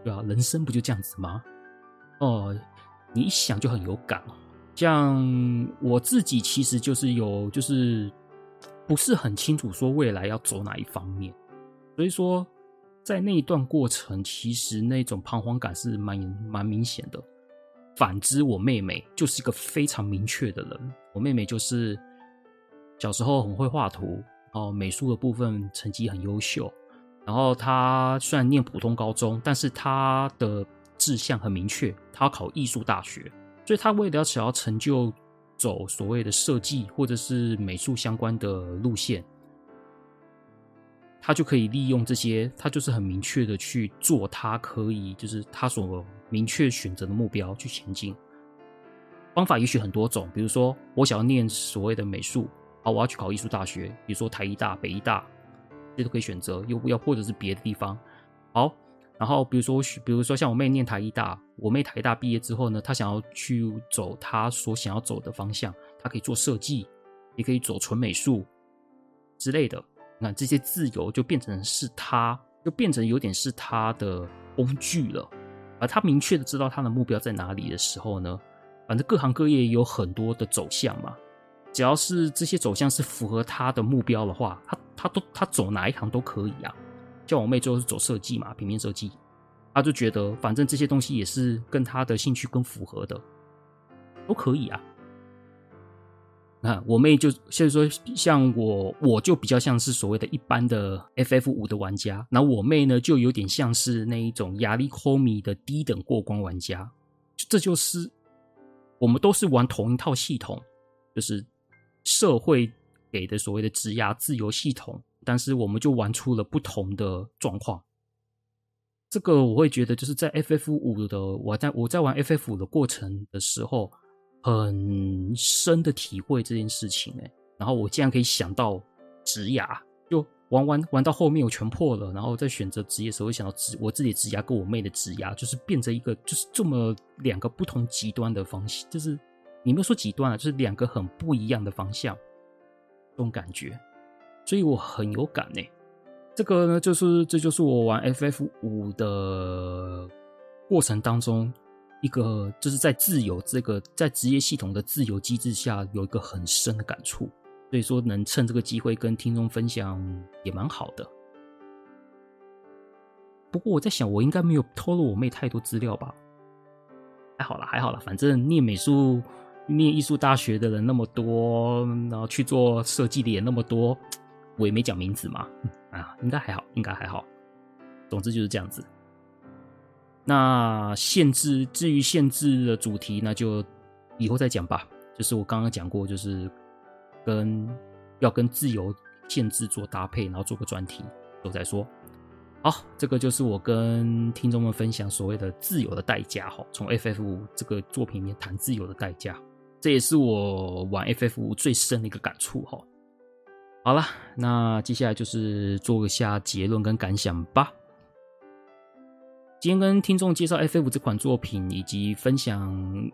对啊，人生不就这样子吗？哦，你一想就很有感。像我自己其实就是有，就是不是很清楚说未来要走哪一方面，所以说在那一段过程，其实那种彷徨感是蛮蛮明显的。反之，我妹妹就是一个非常明确的人。我妹妹就是小时候很会画图，然后美术的部分成绩很优秀。然后她虽然念普通高中，但是她的志向很明确，她要考艺术大学。所以她为了想要成就走所谓的设计或者是美术相关的路线，他就可以利用这些，他就是很明确的去做他可以就是他所明确选择的目标去前进。方法也许很多种，比如说我想要念所谓的美术，好，我要去考艺术大学，比如说台艺大、北艺大，这都可以选择，又要或者是别的地方。好，然后比如说比如说像我妹念台艺大，我妹台大毕业之后呢，她想要去走她所想要走的方向，她可以做设计，也可以走纯美术之类的。那这些自由就变成是他，就变成有点是他的工具了。而他明确的知道他的目标在哪里的时候呢，反正各行各业有很多的走向嘛，只要是这些走向是符合他的目标的话，他他都他走哪一行都可以啊。像我妹最后是走设计嘛，平面设计，他就觉得反正这些东西也是跟他的兴趣更符合的，都可以啊。那我妹就就是说，像我，我就比较像是所谓的一般的 F F 五 的玩家，然后我妹呢就有点像是那一种压力 Komi 的低等过关玩家。这就是我们都是玩同一套系统，就是社会给的所谓的职涯自由系统，但是我们就玩出了不同的状况。这个我会觉得就是在 F F 五 的我在我在玩 F F 五 的过程的时候，很深的体会这件事情欸。然后我竟然可以想到职涯，就玩玩玩到后面我全破了，然后再选择职业的时候，会想到职我自己的职涯跟我妹的职涯，就是变成一个就是这么两个不同极端的方向，就是你没有说极端啊，就是两个很不一样的方向，这种感觉，所以我很有感欸。这个呢，就是这就是我玩 F F 五 的过程当中。一个就是在自由这个在职业系统的自由机制下有一个很深的感触，所以说能趁这个机会跟听众分享也蛮好的。不过我在想，我应该没有透露我妹太多资料吧？还好啦，还好啦，反正念美术、念艺术大学的人那么多，然后去做设计的也那么多，我也没讲名字嘛，啊，应该还好，应该还好。总之就是这样子。那限制，至于限制的主题，那就以后再讲吧。就是我刚刚讲过，就是跟要跟自由限制做搭配，然后做个专题，之后再说。好，这个就是我跟听众们分享所谓的自由的代价哈。从 F F 五 这个作品里面谈自由的代价，这也是我玩 F F 五 最深的一个感触哈。好了，那接下来就是做一下结论跟感想吧。今天跟听众介绍 F F 五 这款作品，以及分享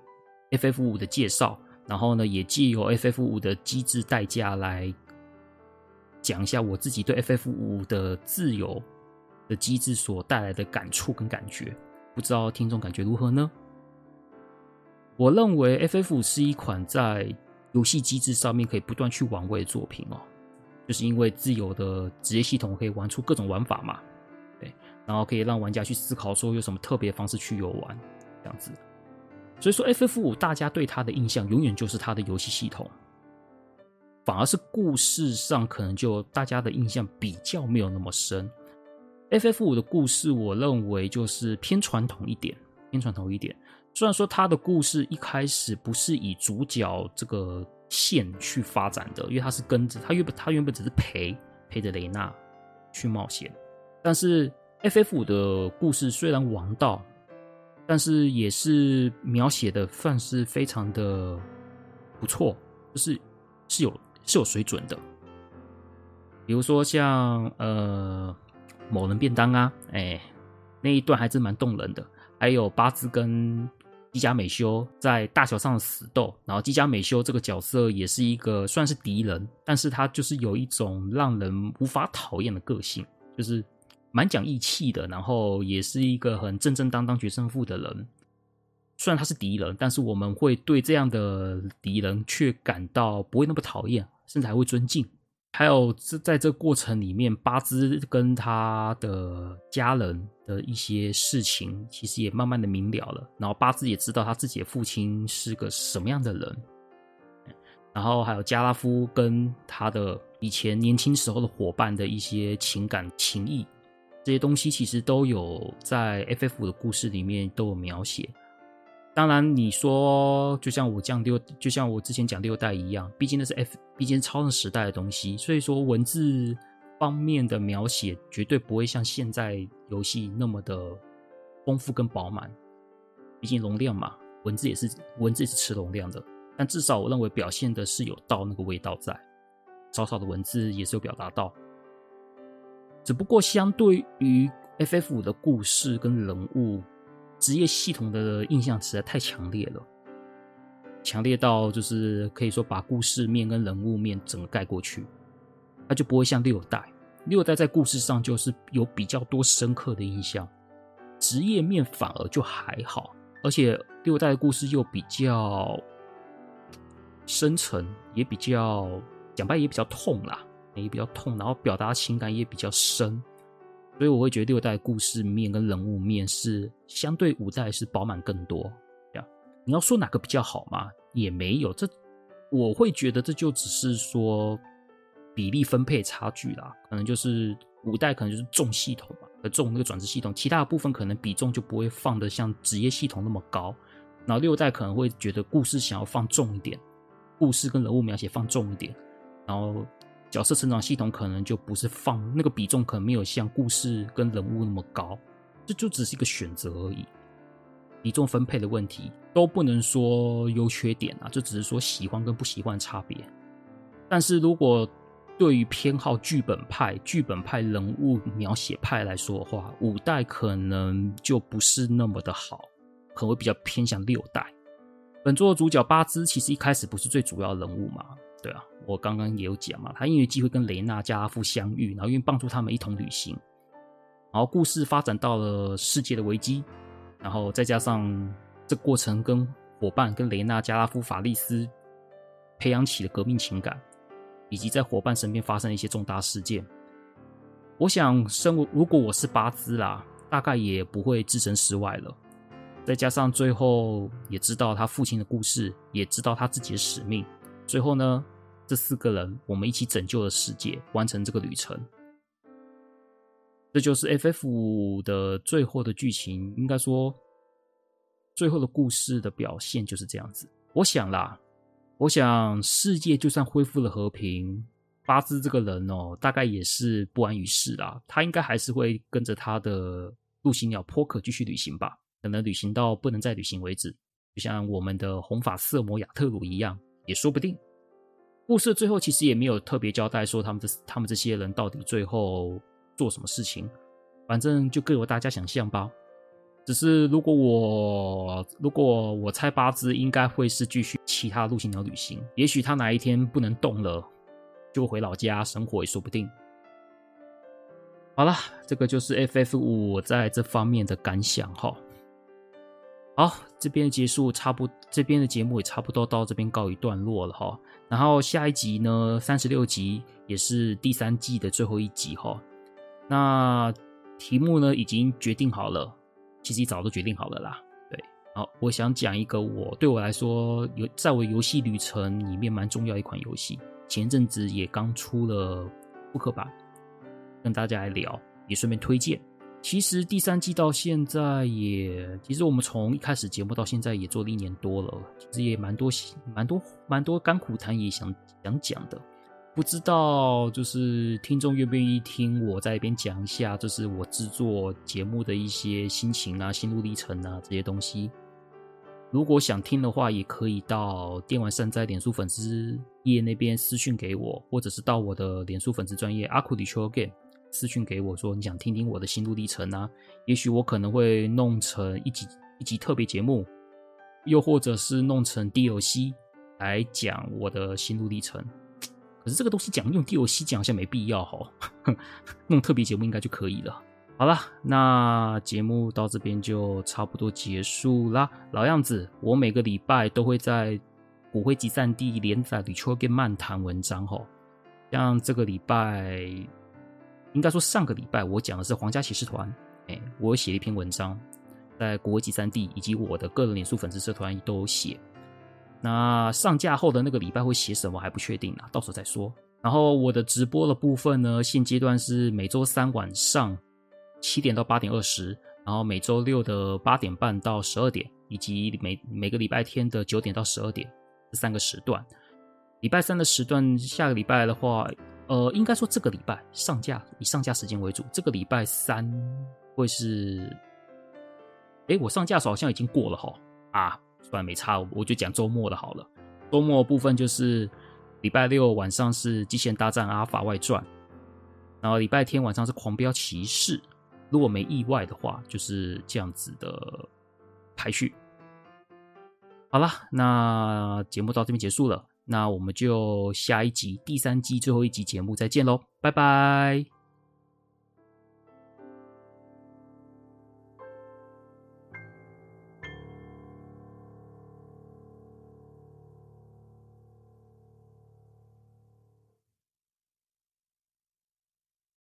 F F 五 的介绍，然后呢，也借由 F F 五 的机制代价来讲一下我自己对 F F 五 的自由的机制所带来的感触跟感觉，不知道听众感觉如何呢？我认为 F F 五 是一款在游戏机制上面可以不断去玩味的作品哦，就是因为自由的职业系统可以玩出各种玩法嘛。对，然后可以让玩家去思考说有什么特别的方式去游玩，这样子。所以说 F F 五 大家对它的印象永远就是它的游戏系统，反而是故事上可能就大家的印象比较没有那么深。F F 五 的故事我认为就是偏传统一点，偏传统一点。虽然说它的故事一开始不是以主角这个线去发展的，因为它是跟着他原本他原本只是陪陪着雷娜去冒险。但是 F F 五 的故事虽然王道，但是也是描写的算是非常的不错，就是是有是有水准的。比如说像呃某人便当啊，哎，那一段还真蛮动人的。还有八字跟基加美修在大桥上的死斗，然后基加美修这个角色也是一个算是敌人，但是他就是有一种让人无法讨厌的个性，就是蛮讲义气的，然后也是一个很正正当当决胜负的人。虽然他是敌人，但是我们会对这样的敌人却感到不会那么讨厌，甚至还会尊敬。还有在这个过程里面，巴兹跟他的家人的一些事情其实也慢慢的明了了，然后巴兹也知道他自己的父亲是个什么样的人，然后还有加拉夫跟他的以前年轻时候的伙伴的一些情感情谊，这些东西其实都有在 F F 五 的故事里面都有描写。当然你说就像我讲六就像我之前讲六代一样，毕竟那是 F 毕竟是超人时代的东西，所以说文字方面的描写绝对不会像现在游戏那么的丰富跟饱满，毕竟容量嘛，文字也是文字也是吃容量的，但至少我认为表现的是有到那个味道在，少少的文字也是有表达到。只不过相对于 F F 五 的故事跟人物，职业系统的印象实在太强烈了，强烈到就是可以说把故事面跟人物面整个盖过去，它就不会像六代，六代在故事上就是有比较多深刻的印象，职业面反而就还好，而且六代的故事又比较深沉，也比较讲白也比较痛啦，也比较痛，然后表达情感也比较深。所以我会觉得六代故事面跟人物面是相对五代是饱满更多。你要说哪个比较好吗？也没有，这我会觉得这就只是说比例分配差距啦，可能就是五代可能就是重系统嘛，重那个转职系统，其他的部分可能比重就不会放得像职业系统那么高。然后六代可能会觉得故事想要放重一点，故事跟人物描写放重一点，然后角色成长系统可能就不是放那个比重，可能没有像故事跟人物那么高，这就只是一个选择而已。比重分配的问题都不能说优缺点啊，这只是说喜欢跟不喜欢的差别。但是如果对于偏好剧本派、剧本派人物描写派来说的话，五代可能就不是那么的好，可能会比较偏向六代。本作的主角巴兹其实一开始不是最主要的人物嘛，对啊，我刚刚也有讲嘛，他因为机会跟雷娜、加拉夫相遇，然后愿意帮助他们一同旅行，然后故事发展到了世界的危机，然后再加上这过程跟伙伴跟雷娜、加拉夫、法利斯培养起了革命情感，以及在伙伴身边发生了一些重大事件。我想身为如果我是巴兹啦，大概也不会置身事外了。再加上最后也知道他父亲的故事，也知道他自己的使命，最后呢，这四个人我们一起拯救了世界，完成这个旅程。这就是 F F 五 的最后的剧情，应该说最后的故事的表现就是这样子。我想啦，我想世界就算恢复了和平，巴兹这个人哦，大概也是不安于世啦，他应该还是会跟着他的陆行鸟波克继续旅行吧，可能旅行到不能再旅行为止，就像我们的红发色魔亚特鲁一样，也说不定。故事最后其实也没有特别交代说他们这他们这些人到底最后做什么事情，反正就各由大家想象吧。只是如果我如果我猜巴兹应该会是继续其他陆行鸟旅行，也许他哪一天不能动了，就回老家生活也说不定。好啦，这个就是 F F 五 我在这方面的感想齁。好，这边的结束差不这边的节目也差不多到这边告一段落了齁。然后下一集呢，三十六集也是第三季的最后一集齁。那题目呢已经决定好了，其实早都决定好了啦。对，好，我想讲一个我对我来说有在我游戏旅程里面蛮重要一款游戏，前阵子也刚出了复刻版，跟大家来聊，也顺便推荐。其实第三季到现在也，其实我们从一开始节目到现在也做了一年多了，其实也蛮多蛮多蛮多甘苦谈也想想讲的。不知道就是听众愿不愿意听我在一边讲一下，就是我制作节目的一些心情啊、心路历程啊这些东西。如果想听的话，也可以到电玩善哉脸书粉丝页那边私讯给我，或者是到我的脸书粉丝专页阿库里秋 game 私讯给我说你想听听我的心路历程啊，也许我可能会弄成一集一集特别节目，又或者是弄成 D L C 来讲我的心路历程。可是这个东西讲用 D L C 讲好像没必要齁，弄特别节目应该就可以了。 好啦，那节目到这边就差不多结束啦。老样子，我每个礼拜都会在骨灰级战地连载吕秋跟漫谈文章吼。像这个礼拜，应该说上个礼拜我讲的是皇家骑士团，哎，我写了一篇文章，在国会级战地以及我的个人脸书粉丝社团都有写。那上架后的那个礼拜会写什么还不确定啦，到时候再说。然后我的直播的部分呢，现阶段是每周三晚上七点到八点二十，然后每周六的八点半到十二点，以及每每个礼拜天的九点到十二点，这三个时段。礼拜三的时段，下个礼拜的话，呃，应该说这个礼拜上架以上架时间为主。这个礼拜三会是，诶，我上架的时候好像已经过了齁啊，算了没差，我就讲周末的好了。周末的部分就是礼拜六晚上是《机器人大战阿尔法外传》，然后礼拜天晚上是《狂飙骑士》。如果没意外的话，就是这样子的排序。好啦，那节目到这边结束了，那我们就下一集第三季最后一集节目再见咯，拜拜。